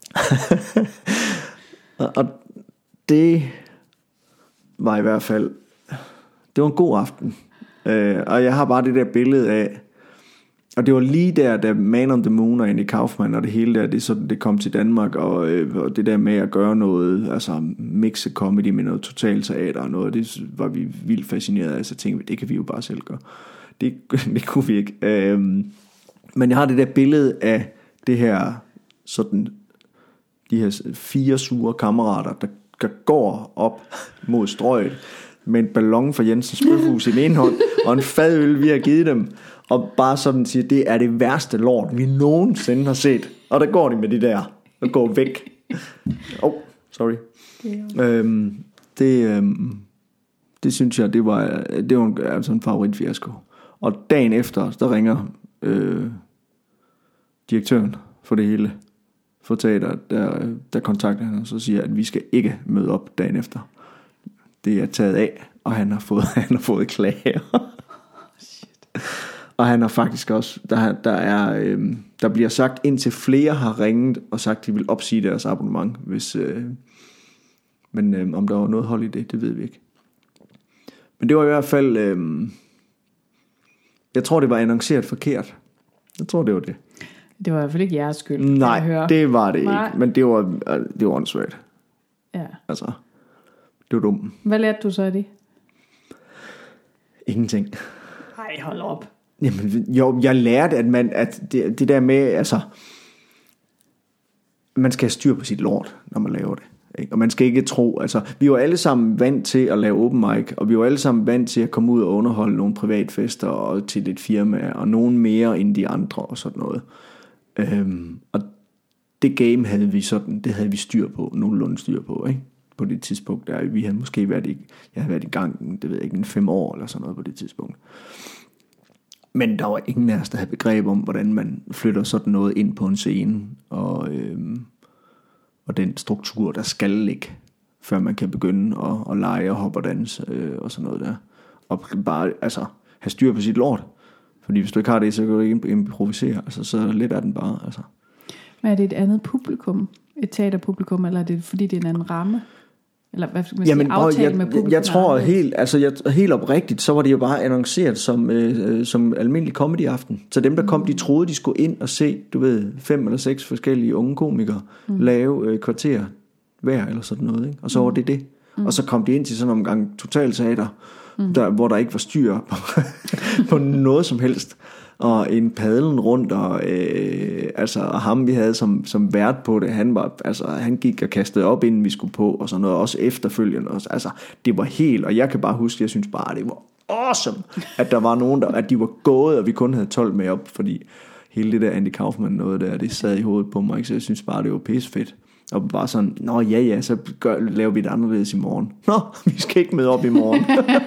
og, og det var i hvert fald, det var en god aften. Øh, og jeg har bare det der billede af, og det var lige der, da Man on the Moon og Andy Kaufman og det hele der, det, sådan, det kom til Danmark, og, øh, og det der med at gøre noget, altså mixe comedy med noget totalt teater og noget, det var vi vildt fascineret af, så tænkte vi, det kan vi jo bare selv gøre. Det, det kunne vi ikke. Øhm, men jeg har det der billede af det her, sådan, de her fire sure kammerater, der, der går op mod strøget, med en ballon fra Jensens Bøfhus i den ene hånd, og en fadøl, vi har givet dem, og bare sådan siger, det er det værste lort, vi nogensinde har set. Og der går de med de der, og går væk. Oh, sorry. Øhm, det, øhm, det synes jeg, det var, det var en, altså en favoritfiasko. Og dagen efter, der ringer øh, direktøren for det hele, for teater, der, der kontakter han, og så siger, at vi skal ikke møde op dagen efter. Det er taget af, og han har fået, han har fået klager. Shit. Og han har faktisk også, der, der, er, øh, der bliver sagt, indtil flere har ringet og sagt, at de vil opsige deres abonnement. Hvis, øh, men øh, om der var noget hold i det, det ved vi ikke. Men det var i hvert fald, øh, jeg tror det var annonceret forkert. Jeg tror det var det. Det var i hvert fald ikke jeres skyld. Nej, det var det Nej. ikke. Men det var, det var åndssvagt. Ja. Altså, det var dumt. Hvad lærte du så af det? Ingenting. Nej, hold op. Jamen, jo, jeg lærte, at, man, at det, det der med, altså, man skal have styr på sit lort, når man laver det. Ikke? Og man skal ikke tro, altså, vi var alle sammen vant til at lave open mic, og vi var alle sammen vant til at komme ud og underholde nogle privatfester og til et firma, og nogen mere end de andre og sådan noget. Øhm, og det game havde vi sådan, det havde vi styr på, nogenlunde styr på, ikke? På det tidspunkt, der vi havde måske været i, jeg havde været i gang, det ved jeg ikke, en fem år eller sådan noget på det tidspunkt. Men der var ingen af os, der havde begreb om, hvordan man flytter sådan noget ind på en scene, og, øhm, og den struktur, der skal ligge, før man kan begynde at, at lege og hoppe og danse øh, og sådan noget der. Og bare altså have styr på sit lort. Fordi hvis du ikke har det, så kan du ikke improvisere. Altså, så let er den bare. Altså. Men er det et andet publikum? Et teaterpublikum, eller er det fordi det er en anden ramme? Eller hvad skal man Jamen, sige, aftale jeg, med publikum? Jeg, jeg tror helt, altså jeg, helt oprigtigt, så var det jo bare annonceret som, øh, som almindelig comedy-aften. Så dem, der kom, de troede, de skulle ind og se, du ved, fem eller seks forskellige unge komikere mm. lave øh, kvarter hver eller sådan noget. Ikke? Og så var det det. Mm. Og så kom de ind til sådan en omgang totalteater, mm. der, hvor der ikke var styr på, på noget som helst. Og en padlen rundt, og øh, altså og ham vi havde som, som vært på det, han var, altså han gik og kastede op, inden vi skulle på, og sådan noget, også efterfølgende også. Altså det var helt, og jeg kan bare huske, jeg synes bare det var awesome, at der var nogen der, at de var gået, og vi kun havde tolv med op, fordi hele det der Andy Kaufman noget der, det sad i hovedet på mig, ikke? Så jeg synes bare det var pissefedt. Og bare sådan, nå ja ja, så gør, laver vi det anderledes i morgen. Nå, vi skal ikke med op i morgen.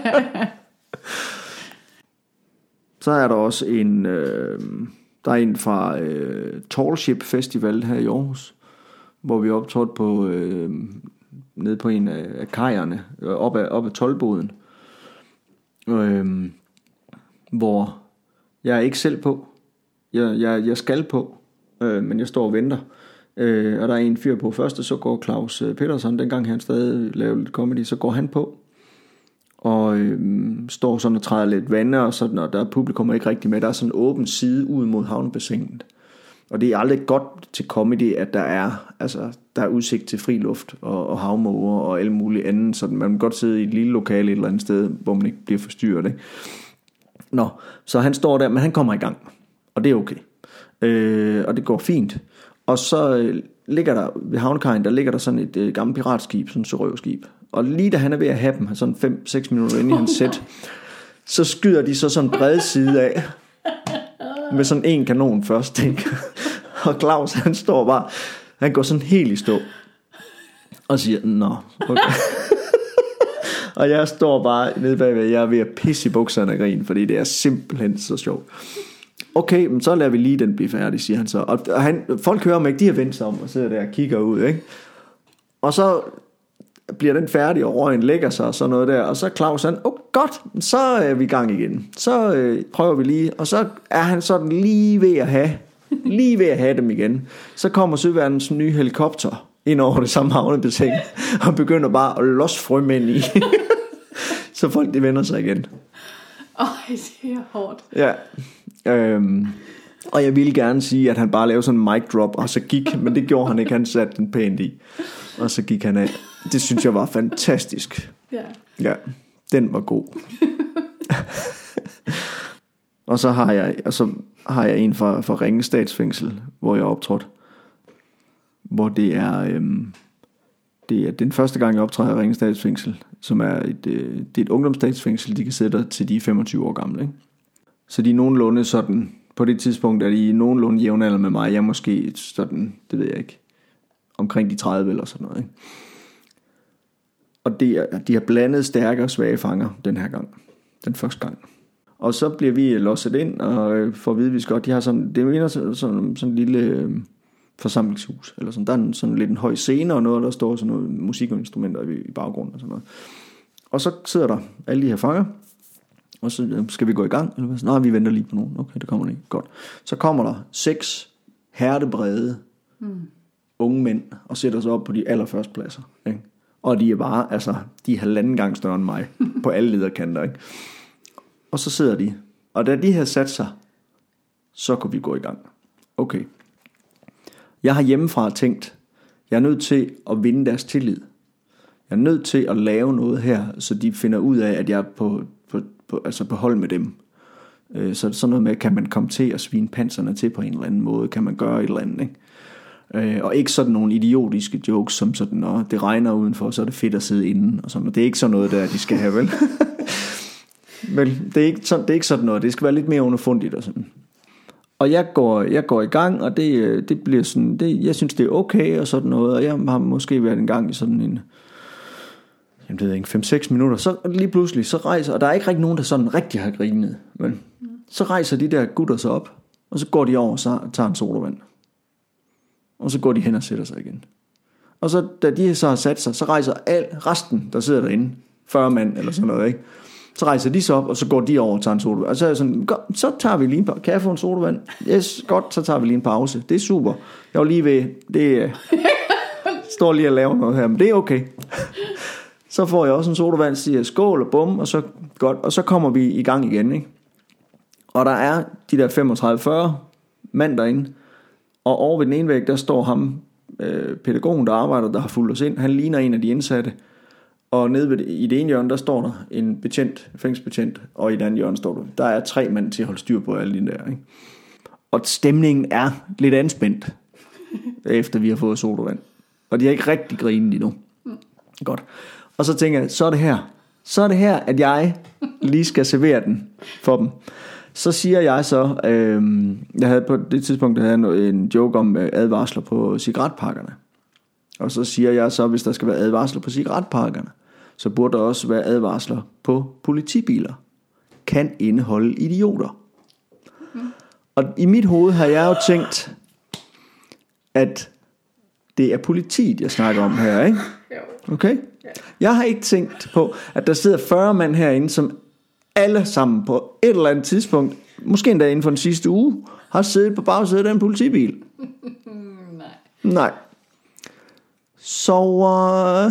Så er der også en, øh, der er en fra øh, Tall Ship Festival her i Aarhus, hvor vi optrådte på, øh, nede på en af, af kajerne, op ad, op ad toldboden, øh, hvor jeg er ikke selv på, jeg, jeg, jeg skal på, øh, men jeg står og venter, øh, og der er en fyr på første, så går Claus Petersen, dengang han stadig lavede lidt comedy, så går han på, og øhm, står sådan og træder lidt vand, og sådan, og der er publikum ikke rigtig med. Der er sådan en åben side ud mod havnebassinet. Og det er aldrig godt til comedy, at der er, altså, der er udsigt til fri luft og, og havmåger og alt muligt andet. Så man kan godt sidde i et lille lokale et eller andet sted, hvor man ikke bliver forstyrret. Ikke? Nå, så han står der, men han kommer i gang. Og det er okay. Øh, og det går fint. Og så øh, ligger der ved havnekajen, der ligger der sådan et øh, gammelt piratskib, sådan et sørøverskib. Og lige da han er ved at have dem, sådan fem seks minutter inde i hans sæt, så skyder de så sådan en bred side af, med sådan en kanon først, ikke? Og Claus, han står bare, han går sådan helt i stå, og siger, nå, okay. Og jeg står bare nede bagved, jeg er ved at pisse i bukserne af grin, fordi det er simpelthen så sjovt. Okay, men så lader vi lige den blive færdig, siger han så. Og han, folk hører mig ikke, de har vendt sig om, og sidder der og kigger ud, ikke? Og så bliver den færdig, og røgen lægger sig og sådan noget der, og så Claus han, åh oh, godt, så er vi i gang igen, så øh, prøver vi lige, og så er han sådan lige ved at have, lige ved at have dem igen, så kommer søværnens nye helikopter ind over det samme havnebassin, og begynder bare at losse frømænd i, så folk de vender sig igen. Åh, oh, det er hårdt. Ja, øhm, og jeg ville gerne sige, at han bare lavede sådan en mic drop, og så gik, men det gjorde han ikke, han satte den pænt i, og så gik han af. Det synes jeg var fantastisk. Ja. Ja, den var god. Og så har jeg, og så har jeg en fra, fra Ringe Statsfængsel, hvor jeg optrådte, hvor det er, øhm, det er den første gang jeg optræder i Ringe Statsfængsel, som er et, øh, det er et ungdomsstatsfængsel, de kan sætte der til de er femogtyve år gamle, ikke? Så de er nogenlunde sådan, på det tidspunkt er de nogenlunde jævnalder med mig. Jeg er måske sådan, det ved jeg ikke, omkring de tredive eller sådan noget, ikke? Og det er, de har blandet stærke og svage fanger den her gang, den første gang. Og så bliver vi losset ind og får at vide, at vi skal godt. De har sådan, det mener sådan, sådan, sådan en lille øh, forsamlingshus, eller sådan. Der er en, sådan lidt en høj scene og noget, der står sådan noget musikinstrumenter i, i baggrunden og sådan noget. Og så sidder der alle de her fanger, og så øh, skal vi gå i gang. Eller hvad? Nej, vi venter lige på nogen. Okay, det kommer lige. Godt. Så kommer der seks hærdebrede mm. unge mænd og sætter sig op på de allerførste pladser, ikke? Og de er bare, altså, de er halvanden gang større end mig, på alle lederkanter, ikke? Og så sidder de, og da de havde sat sig, så kunne vi gå i gang. Okay. Jeg har hjemmefra tænkt, jeg er nødt til at vinde deres tillid. Jeg er nødt til at lave noget her, så de finder ud af, at jeg er på, på, på, altså på hold med dem. Så sådan noget med, kan man komme til at svine panserne til på en eller anden måde, kan man gøre et eller andet, ikke? Og ikke sådan nogle idiotiske jokes som sådan, når det regner udenfor, så er det fedt at sidde inde og sådan. Og det er ikke sådan noget der de skal have, vel? Men det er ikke sådan, det er ikke sådan noget. Det skal være lidt mere underfundigt og sådan. Og jeg går jeg går i gang, og det det bliver sådan, det jeg synes det er okay og sådan noget. Og jeg har måske været en gang i sådan en, jamen det ved jeg ikke, fem seks minutter. Så lige pludselig så rejser, og der er ikke rigtig nogen der sådan rigtig har grinet, men så rejser de der gutter sig op, og så går de over og så tager en sodavand. Og så går de hen og sætter sig igen. Og så da de så har sat sig, så rejser al resten, der sidder derinde, fyrre mand eller sådan noget, ikke? Så rejser de sig op, og så går de over og tager en sodavand. Og så er jeg sådan, så tager vi lige en pause. Kan jeg få en sodavand? Yes, godt, så tager vi lige en pause. Det er super. Jeg var lige ved, det står lige og laver noget her, men det er okay. Så får jeg også en sodavand, siger skål og bum, og så, godt, og så kommer vi i gang igen, ikke? Og der er de der femogtredive fyrre mand derinde, og over ved den ene væg, der står ham, øh, pædagogen, der arbejder, der har fulgt os ind. Han ligner en af de indsatte. Og nede ved det, i det ene hjørne, der står der en betjent, fængselsbetjent, og i det andet hjørne står der, der er tre mænd til at holde styr på alle de der, ikke? Og stemningen er lidt anspændt, efter vi har fået sodavand. Og de har ikke rigtig grinet endnu. Godt. Og så tænker jeg, så er det her. Så er det her, at jeg lige skal servere den for dem. Så siger jeg så, øh, jeg havde på det tidspunkt der havde en joke om advarsler på cigaretpakkerne. Og så siger jeg så, hvis der skal være advarsler på cigaretpakkerne, så burde der også være advarsler på politibiler. Kan indeholde idioter. Mm. Og i mit hoved har jeg jo tænkt, at det er politiet, jeg snakker om her, ikke? Okay? Jeg har ikke tænkt på, at der sidder fyrre mand herinde, som alle sammen på et eller andet tidspunkt, måske endda inden for den sidste uge, har siddet på bagsædet af en politibil. Nej. Nej. Så uh,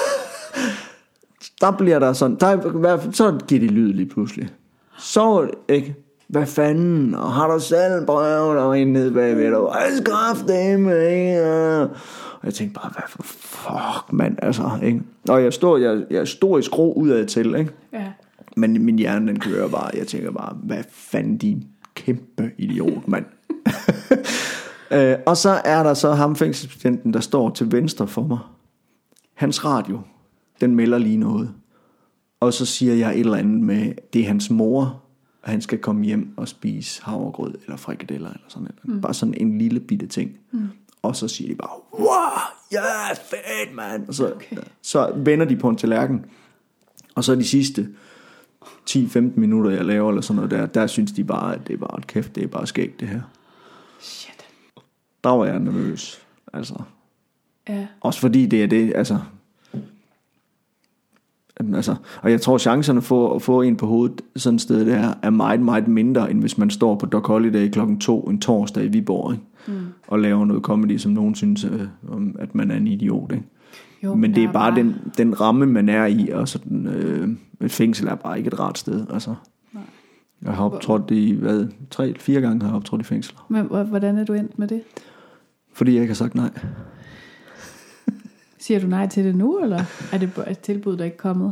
der bliver der sådan, der, så giver det lyd lige pludselig. Så ikke, hvad fanden, og har du selv brevet og en ned bagved dig, og jeg skal dem, ikke? Og jeg tænkte bare, hvad for fuck, mand, altså, ikke? Og jeg stod, jeg, jeg stod i skrå udad til, ikke? Ja. Men min hjerne, den kører bare, jeg tænker bare, hvad fanden, din kæmpe idiot, mand. øh, og så er der så ham, fængselsbetjenten, der står til venstre for mig. Hans radio, den melder lige noget. Og så siger jeg et eller andet med, det er hans mor, og han skal komme hjem og spise havregrød eller frikadeller eller sådan noget. Mm. Bare sådan en lille bitte ting. Mm. Og så siger de bare, wow, ja, yeah, fedt, mand. Og så, okay. så vender de på en tallerken. Og så de sidste ti til femten minutter, jeg laver, eller sådan noget der, der synes de bare, at det er bare et kæft, det er bare skægt, det her. Shit. Der var jeg nervøs, altså. Ja. Også fordi det er det, altså. Altså, og jeg tror chancerne for at få en på hovedet sådan et sted der er meget, meget mindre, end hvis man står på Doc Holiday klokken to en torsdag i Viborg, ikke? Mm. Og laver noget comedy, som nogen synes, øh, at man er en idiot, ikke? Jo, men det er bare, bare... Den, den ramme, man er i, og sådan, øh, et fængsel er bare ikke et rart sted, altså. Nej. Jeg har optrådt i, hvad, tre, fire gange har jeg optrådt i fængsler. Men hvordan er du endt med det? Fordi jeg ikke har sagt nej. Siger du nej til det nu, eller er det et tilbud, der ikke er kommet?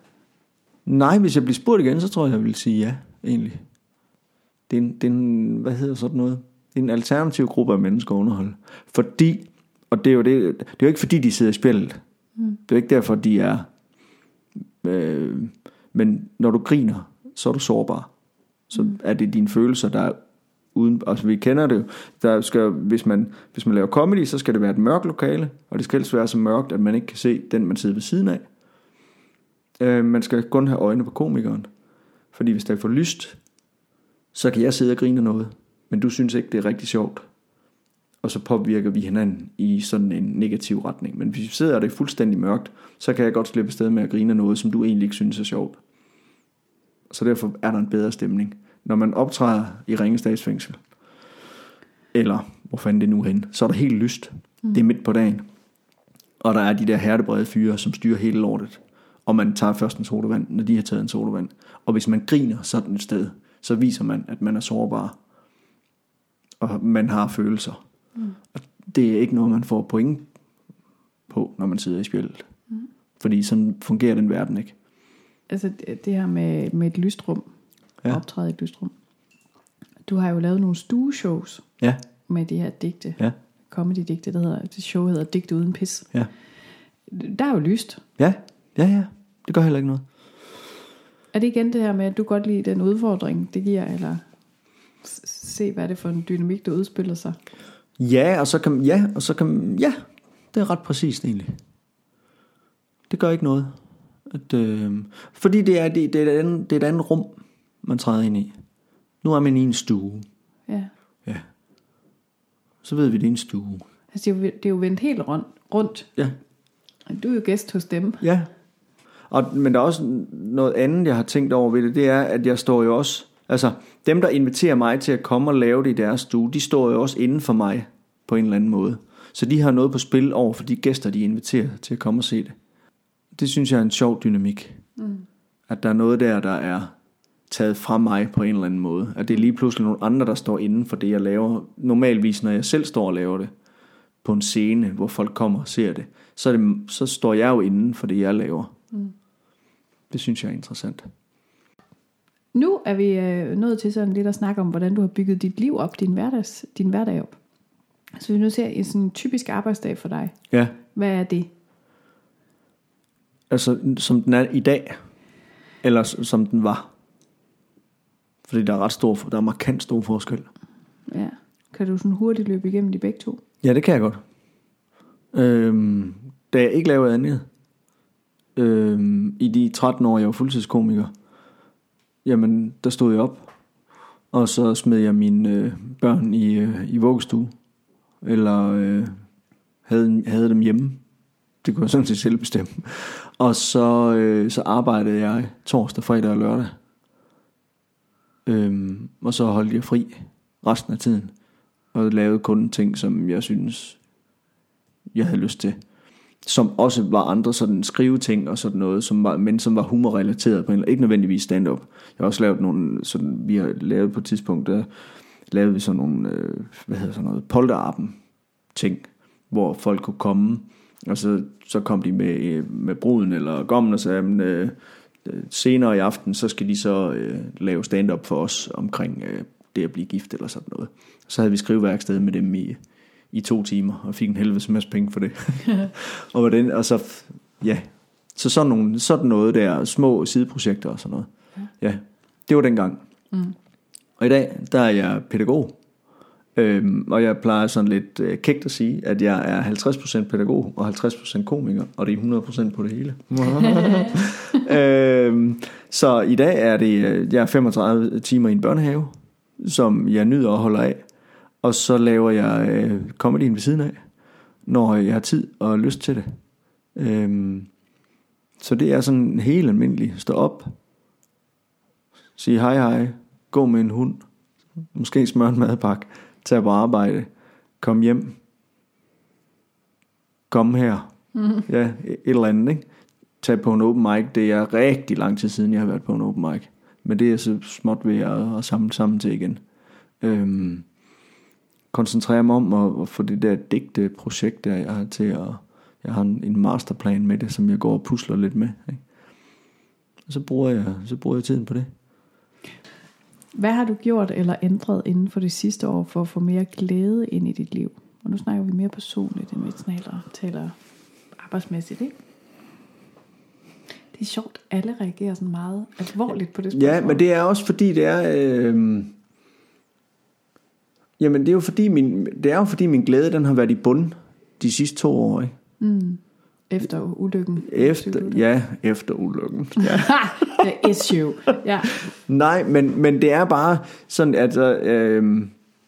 Nej, hvis jeg bliver spurgt igen, så tror jeg, jeg vil sige ja, egentlig. Det er en, det er en hvad hedder sådan noget? Det er en alternativ gruppe af mennesker at underholde. Fordi, og det er jo, det, det er jo ikke fordi, de sidder i spjældet. Mm. Det er jo ikke derfor, de er... Øh, men når du griner, så er du sårbar. Så mm. er det dine følelser, der er uden... Altså, vi kender det jo. Der skal, hvis, man, hvis man laver comedy, så skal det være et mørkt lokale, og det skal helst være så mørkt, at man ikke kan se den, man sidder ved siden af. Øh, man skal kun have øjne på komikeren. Fordi hvis det er for lyst, så kan jeg sidde og grine noget, men du synes ikke, det er rigtig sjovt. Og så påvirker vi hinanden i sådan en negativ retning. Men hvis vi sidder og det er fuldstændig mørkt, så kan jeg godt slippe afsted med at grine noget, som du egentlig ikke synes er sjovt. Så derfor er der en bedre stemning. Når man optræder i Ringe Statsfængsel, eller hvor fanden det nu hen, så er der helt lyst. Mm. Det er midt på dagen. Og der er de der hærdebrede fyre, som styrer hele lortet. Og man tager først en sodavand, når de har taget en sodavand. Og hvis man griner sådan et sted, så viser man, at man er sårbar. Og man har følelser. Mm. Og det er ikke noget, man får point på, når man sidder i spjældet. Mm. Fordi sådan fungerer den verden ikke. Altså det her med, med et lystrum. Ja. Optræde i et lystrum. Du har jo lavet nogle stueshows. Ja. Med de her digte. Ja. Comedy-digte, der hedder, det show hedder Digte uden pis. Ja. Der er jo lyst. Ja, ja, ja. Det gør heller ikke noget. Er det igen det her med, at du godt lide den udfordring, det giver, eller se, hvad er det for en dynamik, der udspiller sig? Ja, og så kan, ja, og så kan, ja, det er ret præcist egentlig. Det gør ikke noget. At, øh, fordi det er, det, det, er et andet, det er et andet rum, man træder ind i. Nu er man i en stue. Ja. Ja. Så ved vi, det er en stue. Altså, det er jo, det er jo vendt helt rundt. rundt. Ja. Du er jo gæst hos dem. Ja. Og, men der er også noget andet, jeg har tænkt over ved det, det er, at jeg står jo også, altså dem, der inviterer mig til at komme og lave det i deres stue, de står jo også inden for mig på en eller anden måde. Så de har noget på spil over for de gæster, de inviterer til at komme og se det. det synes jeg er en sjov dynamik. Mm. At der er noget der, der er taget fra mig på en eller anden måde. At det er lige pludselig nogle andre, der står inden for det, jeg laver. Normalvis, når jeg selv står og laver det på en scene, hvor folk kommer og ser det, så, er det, så står jeg jo inden for det, jeg laver. Mm. Det synes jeg er interessant. Nu er vi øh, nået til sådan lidt at snakke om, hvordan du har bygget dit liv op, din, hverdags, din hverdag op. Så vi nu ser en sådan typisk arbejdsdag for dig. Ja. Hvad er det? Altså, som den er i dag, eller som den var. Fordi der er ret stor, der er markant stor forskel. Ja. Kan du sådan hurtigt løbe igennem de begge to? Ja, det kan jeg godt. Øhm, da jeg ikke lavede andet, øhm, i de tretten år, jeg var fuldtidskomiker, jamen, der stod jeg op, og så smed jeg mine øh, børn i, øh, i vuggestue, eller øh, havde, havde dem hjemme. Det kunne jeg sådan set selv bestemme. Og så, øh, så arbejdede jeg torsdag, fredag og lørdag. Øhm, og så holdt jeg fri resten af tiden. Og lavede kun ting, som jeg synes, jeg havde lyst til. Som også var andre sådan skriveting og sådan noget, som var, men som var humorrelateret på en, ikke nødvendigvis stand-up. Jeg har også lavet nogle, sådan, vi har lavet på et tidspunkt, der lavede vi sådan nogle, øh, hvad hedder sådan noget, polterappen ting, hvor folk kunne komme, og så, så kom de med, med bruden eller gommen og sagde, men, øh, senere i aften, så skal de så øh, lave stand-up for os omkring øh, det at blive gift eller sådan noget. Så havde vi skriveværksted med dem i, i to timer, og fik en helvedes masse penge for det. og, hvordan, og så, ja, så sådan, nogle, sådan noget der, små sideprojekter og sådan noget. Ja, det var dengang. Mm. Og i dag, der er jeg pædagog. Øhm, og jeg plejer sådan lidt øh, kægt at sige, at jeg er halvtreds procent pædagog og halvtreds procent komiker, og det er hundrede procent på det hele. øhm, så i dag er det, jeg er femogtredive timer i en børnehave, som jeg nyder og holder af, og så laver jeg øh, comedyen ved siden af, når jeg har tid og lyst til det. Øhm, så det er sådan helt almindeligt. Stå op, sige hej hej, gå med en hund, måske smøre en madpakke, tage på arbejde, kom hjem, kom her, mm-hmm. ja, et eller andet, ikke? Tag på en open mic, det er rigtig lang tid siden, jeg har været på en open mic, men det er så småt ved at, at samle sammen til igen. Øhm, koncentrere mig om at, at få det der digte projekt, der jeg har til at, jeg har en, en masterplan med det, som jeg går og pusler lidt med, ikke? Og så bruger jeg, så bruger jeg tiden på det. Hvad har du gjort eller ændret inden for det sidste år for at få mere glæde ind i dit liv? Og nu snakker vi mere personligt, end vi taler, taler arbejdsmæssigt, ikke? Det er sjovt, alle reagerer sådan meget alvorligt på det spørgsmål. Ja, men det er også fordi det er øh, jamen det er jo fordi min det er jo fordi min glæde, den har været i bund de sidste to år, ikke? Mm. Efter ulykken. Efter ja, efter ulykken. Ja. The issue. Ja. Nej, men men det er bare sådan at øh,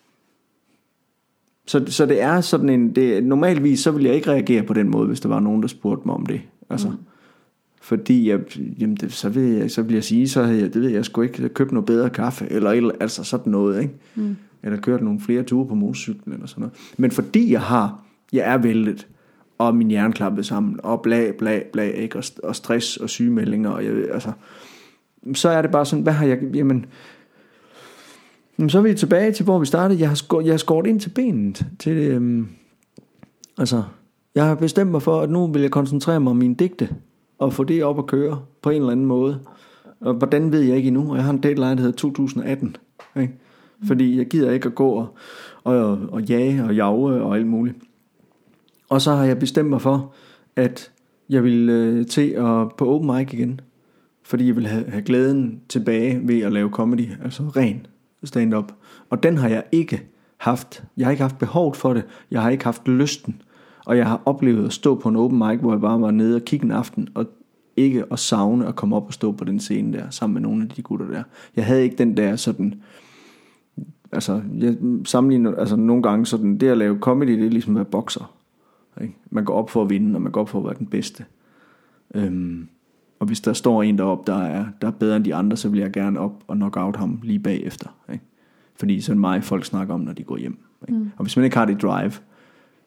så så det er sådan en det normalvis så ville jeg ikke reagere på den måde, hvis der var nogen der spurgte mig om det. Altså mm. Fordi jeg, jamen det, så, vil jeg, så vil jeg sige, så havde jeg, det ved jeg sgu ikke, købt noget bedre kaffe, eller, eller altså sådan noget, ikke? Mm. Eller kørt nogle flere ture på motorcyklen, eller sådan noget. Men fordi jeg har, jeg er væltet, og min hjerne klappet sammen, og bla bla bla, ikke? Og, og stress og sygemeldinger, og jeg, altså, så er det bare sådan, hvad har jeg, jamen, så er vi tilbage til, hvor vi startede. Jeg har, skår, jeg har skåret ind til benet, til, øhm, altså, jeg har bestemt mig for, at nu vil jeg koncentrere mig om mine digte, og få det op at køre på en eller anden måde. Og hvordan ved jeg ikke endnu. Og jeg har en deadline, der hedder to tusind atten. Ikke? Fordi jeg gider ikke at gå og, og, og jage og jage og alt muligt. Og så har jeg bestemt mig for, at jeg vil øh, til at på open mic igen. Fordi jeg vil have, have glæden tilbage ved at lave comedy. Altså ren stand-up. Og den har jeg ikke haft. Jeg har ikke haft behov for det. Jeg har ikke haft lysten. Og jeg har oplevet at stå på en open mic, hvor jeg bare var nede og kigge en aften, og ikke at savne at komme op og stå på den scene der, sammen med nogle af de gutter der. Jeg havde ikke den der sådan, altså jeg sammenligner, altså nogle gange sådan, det at lave comedy, det er ligesom at være bokser. Ikke? Man går op for at vinde, og man går op for at være den bedste. Øhm, og hvis der står en deroppe, der er, der er bedre end de andre, så vil jeg gerne op og knock out ham lige bagefter. Ikke? Fordi sådan mig folk snakker om, når de går hjem. Ikke? Mm. Og hvis man ikke har det drive,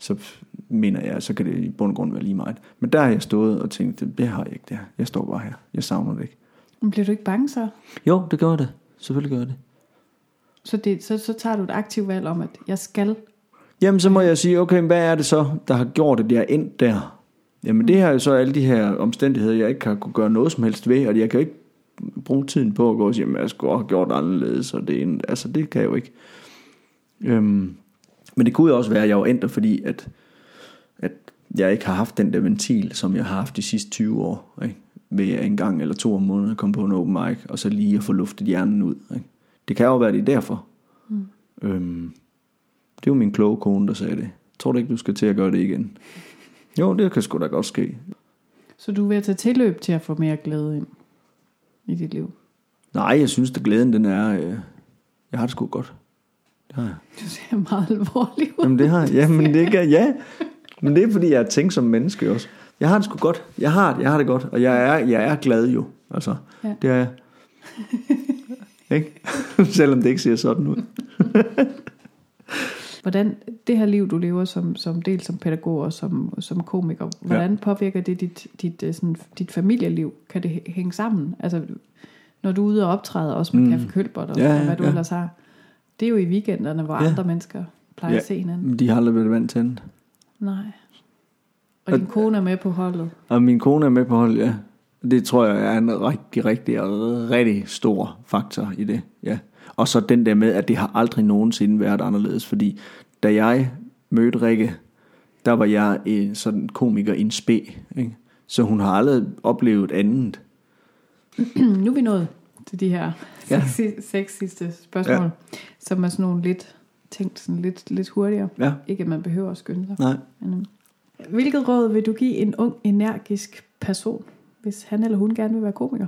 så mener jeg, så kan det i bund og grund være lige meget. Men der har jeg stået og tænkt, det har jeg ikke der. Jeg står bare her. Jeg savner det ikke. Men bliver du ikke bange så? Jo, det gør det. Selvfølgelig gør det. Så, det, så, så tager du et aktivt valg om, at jeg skal... Jamen, så må jeg sige, okay, hvad er det så, der har gjort, at jeg er endt der? Jamen, det her er jo så alle de her omstændigheder, jeg ikke har kunne gøre noget som helst ved, og jeg kan ikke bruge tiden på at gå og sige, at jeg skulle have gjort anderledes, og det, en, altså, det kan jeg jo ikke. Øhm, men det kunne jo også være, at jeg var endt der, fordi at, at jeg ikke har haft den der ventil, som jeg har haft de sidste tyve år, ikke? Ved en gang eller to om måneden at komme på en open mic, og så lige at få luftet hjernen ud, ikke? Det kan jo være, det er derfor. Mm. Øhm, det er jo min kloge kone, der sagde det. Tror du ikke, du skal til at gøre det igen? Jo, det kan sgu da godt ske. Så du er ved at tage tilløb til at få mere glæde ind i dit liv? Nej, jeg synes, at glæden den er... Øh, jeg har det sgu godt. Det har jeg. Du ser meget alvorlig ud. Jamen det har jeg. Jamen det kan ja. Men det er fordi, jeg er tænkt som menneske også. Jeg har det sgu godt. Jeg har det, jeg har det godt. Og jeg er, jeg er glad jo. Altså, ja. Det er jeg. Ikke? Selvom det ikke ser sådan ud. Hvordan det her liv, du lever som, som del som pædagog og som, som komiker, hvordan ja. påvirker det dit, dit, sådan, dit familieliv? Kan det hænge sammen? Altså, når du er ude og optræder, også med mm. Kaffe Kølbert og, ja, og hvad du ja. ellers har. Det er jo i weekenderne, hvor ja. andre mennesker plejer ja. at se hinanden. De har aldrig været vant til den. Nej. Og din kone er med på holdet. Og min kone er med på holdet, ja. Det tror jeg er en rigtig, rigtig, rigtig stor faktor i det, ja. Og så den der med, at det har aldrig nogensinde været anderledes, fordi da jeg mødte Rikke, der var jeg en sådan komiker i en spæ, ikke? Så hun har aldrig oplevet andet. Nu er vi nået til de her ja. seks, seks sidste spørgsmål, ja. som er sådan nogle lidt tænkt sådan lidt, lidt hurtigere. Ja. Ikke at man behøver at skynde sig. Nej. Hvilket råd vil du give en ung, energisk person, hvis han eller hun gerne vil være komiker?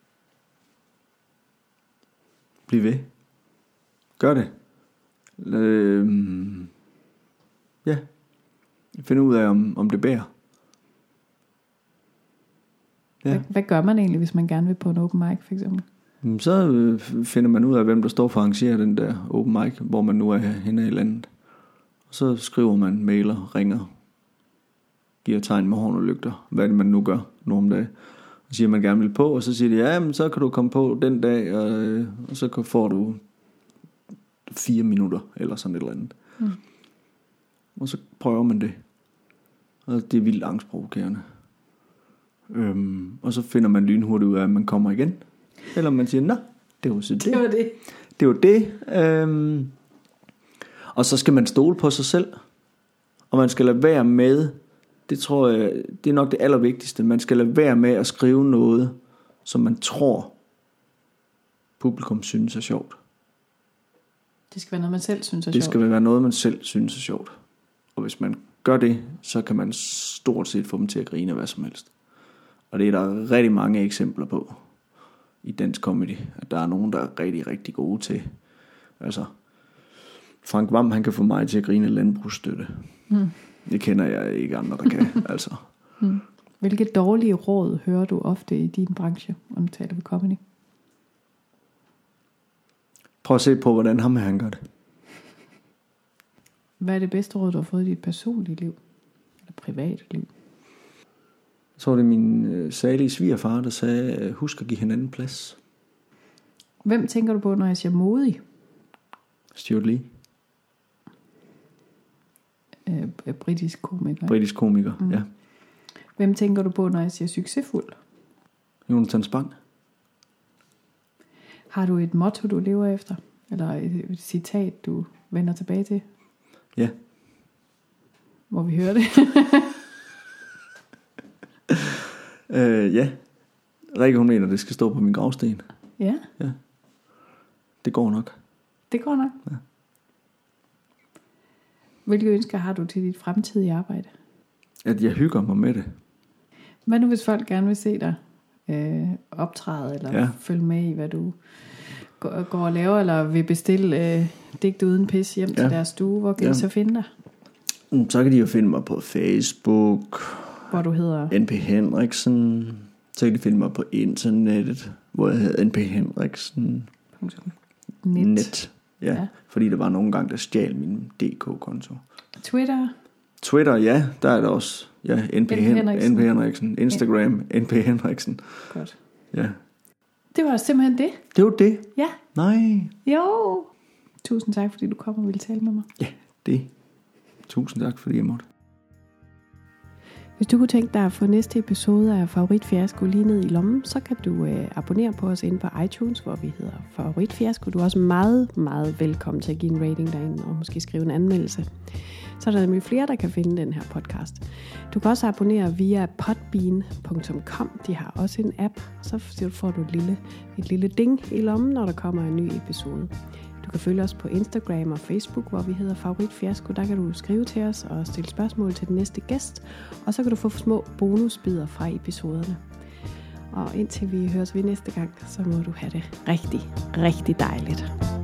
Bliv ved. Gør det. Øhm, ja. Find ud af, om, om det bærer. Ja. Hvad, hvad gør man egentlig, hvis man gerne vil på en open mic, for eksempel? Så øh, finder man ud af, hvem der står for at arrangere den der open mic, hvor man nu er henne i landet. Og så skriver man, mailer, ringer, giver tegn med horn og lygter, hvad det man nu gør nu om dagen. Og siger, man gerne vil på, og så siger de, ja, men så kan du komme på den dag, og, øh, og så får du fire minutter, eller sådan et eller andet. Mm. Og så prøver man det. Og det er vildt angstprovokerende. Øhm, og så finder man lynhurtigt ud af, at man kommer igen. Eller man siger, nå, det var så det. Det var det. Det var det. Øhm, og så skal man stole på sig selv. Og man skal lade være med, det tror jeg, det er nok det allervigtigste, man skal lade være med at skrive noget, som man tror, publikum synes er sjovt. Det skal være noget, man selv synes er det sjovt. Det skal være noget, man selv synes er sjovt. Og hvis man gør det, så kan man stort set få dem til at grine af hvad som helst. Og det er der rigtig mange eksempler på i dansk comedy, at der er nogen, der er rigtig, rigtig gode til. Altså, Frank Hvam, han kan få mig til at grine af landbrugsstøtte. Mm. Det kender jeg ikke andre, der kan. altså. Mm. Hvilke dårlige råd hører du ofte i din branche, når du taler ved comedy? Prøv at se på, hvordan ham han gør det. Hvad er det bedste råd, du har fået i dit personlige liv? Eller private liv? Jeg tror, det er min øh, salige svigerfar, der sagde, husk at give hinanden plads. Hvem tænker du på, når jeg siger modig? Stuart Lee. Øh, britisk komiker. Britisk komiker, mm. ja. Hvem tænker du på, når jeg siger succesfuld? Jonathan Spang. Har du et motto, du lever efter? Eller et, et citat, du vender tilbage til? Ja. Må vi høre det? øh, ja. Rikke, hun mener, det skal stå på min gravsten. Ja. Ja. Det går nok. Det går nok? Ja. Hvilke ønsker har du til dit fremtidige arbejde? At jeg hygger mig med det. Hvad nu, hvis folk gerne vil se dig øh, optræde, eller ja. følge med i, hvad du går, går og laver, eller vil bestille øh, digt uden pis hjem ja. til deres stue? Hvor kan ja. de så finde dig? Så kan de jo finde mig på Facebook. Hvor du hedder? N P Henriksen. Så kan de finde mig på internettet, hvor jeg hedder N P Henriksen. Net. Net. Ja, ja, fordi der var nogle gange, der stjal min D K-konto. Twitter? Twitter, ja, der er det også. Ja, N P, N P Hen- Henriksen. N P Henriksen. Instagram, ja. N P Henriksen. Godt. Ja. Det var simpelthen det. Det var det. Ja. Nej. Jo. Tusind tak, fordi du kom og ville tale med mig. Ja, det. Tusind tak, fordi jeg måtte. Hvis du kunne tænke dig at få næste episode af Favoritfiasko lige ned i lommen, så kan du øh, abonnere på os inde på iTunes, hvor vi hedder Favoritfiasko. Du er også meget, meget velkommen til at give en rating derinde, og måske skrive en anmeldelse. Så er der nemlig flere, der kan finde den her podcast. Du kan også abonnere via podbean punktum com. De har også en app, og så får du et lille, et lille ding i lommen, når der kommer en ny episode. Du kan følge os på Instagram og Facebook, hvor vi hedder Favoritfiasko. Der kan du skrive til os og stille spørgsmål til den næste gæst. Og så kan du få små bonusbidder fra episoderne. Og indtil vi høres ved næste gang, så må du have det rigtig, rigtig dejligt.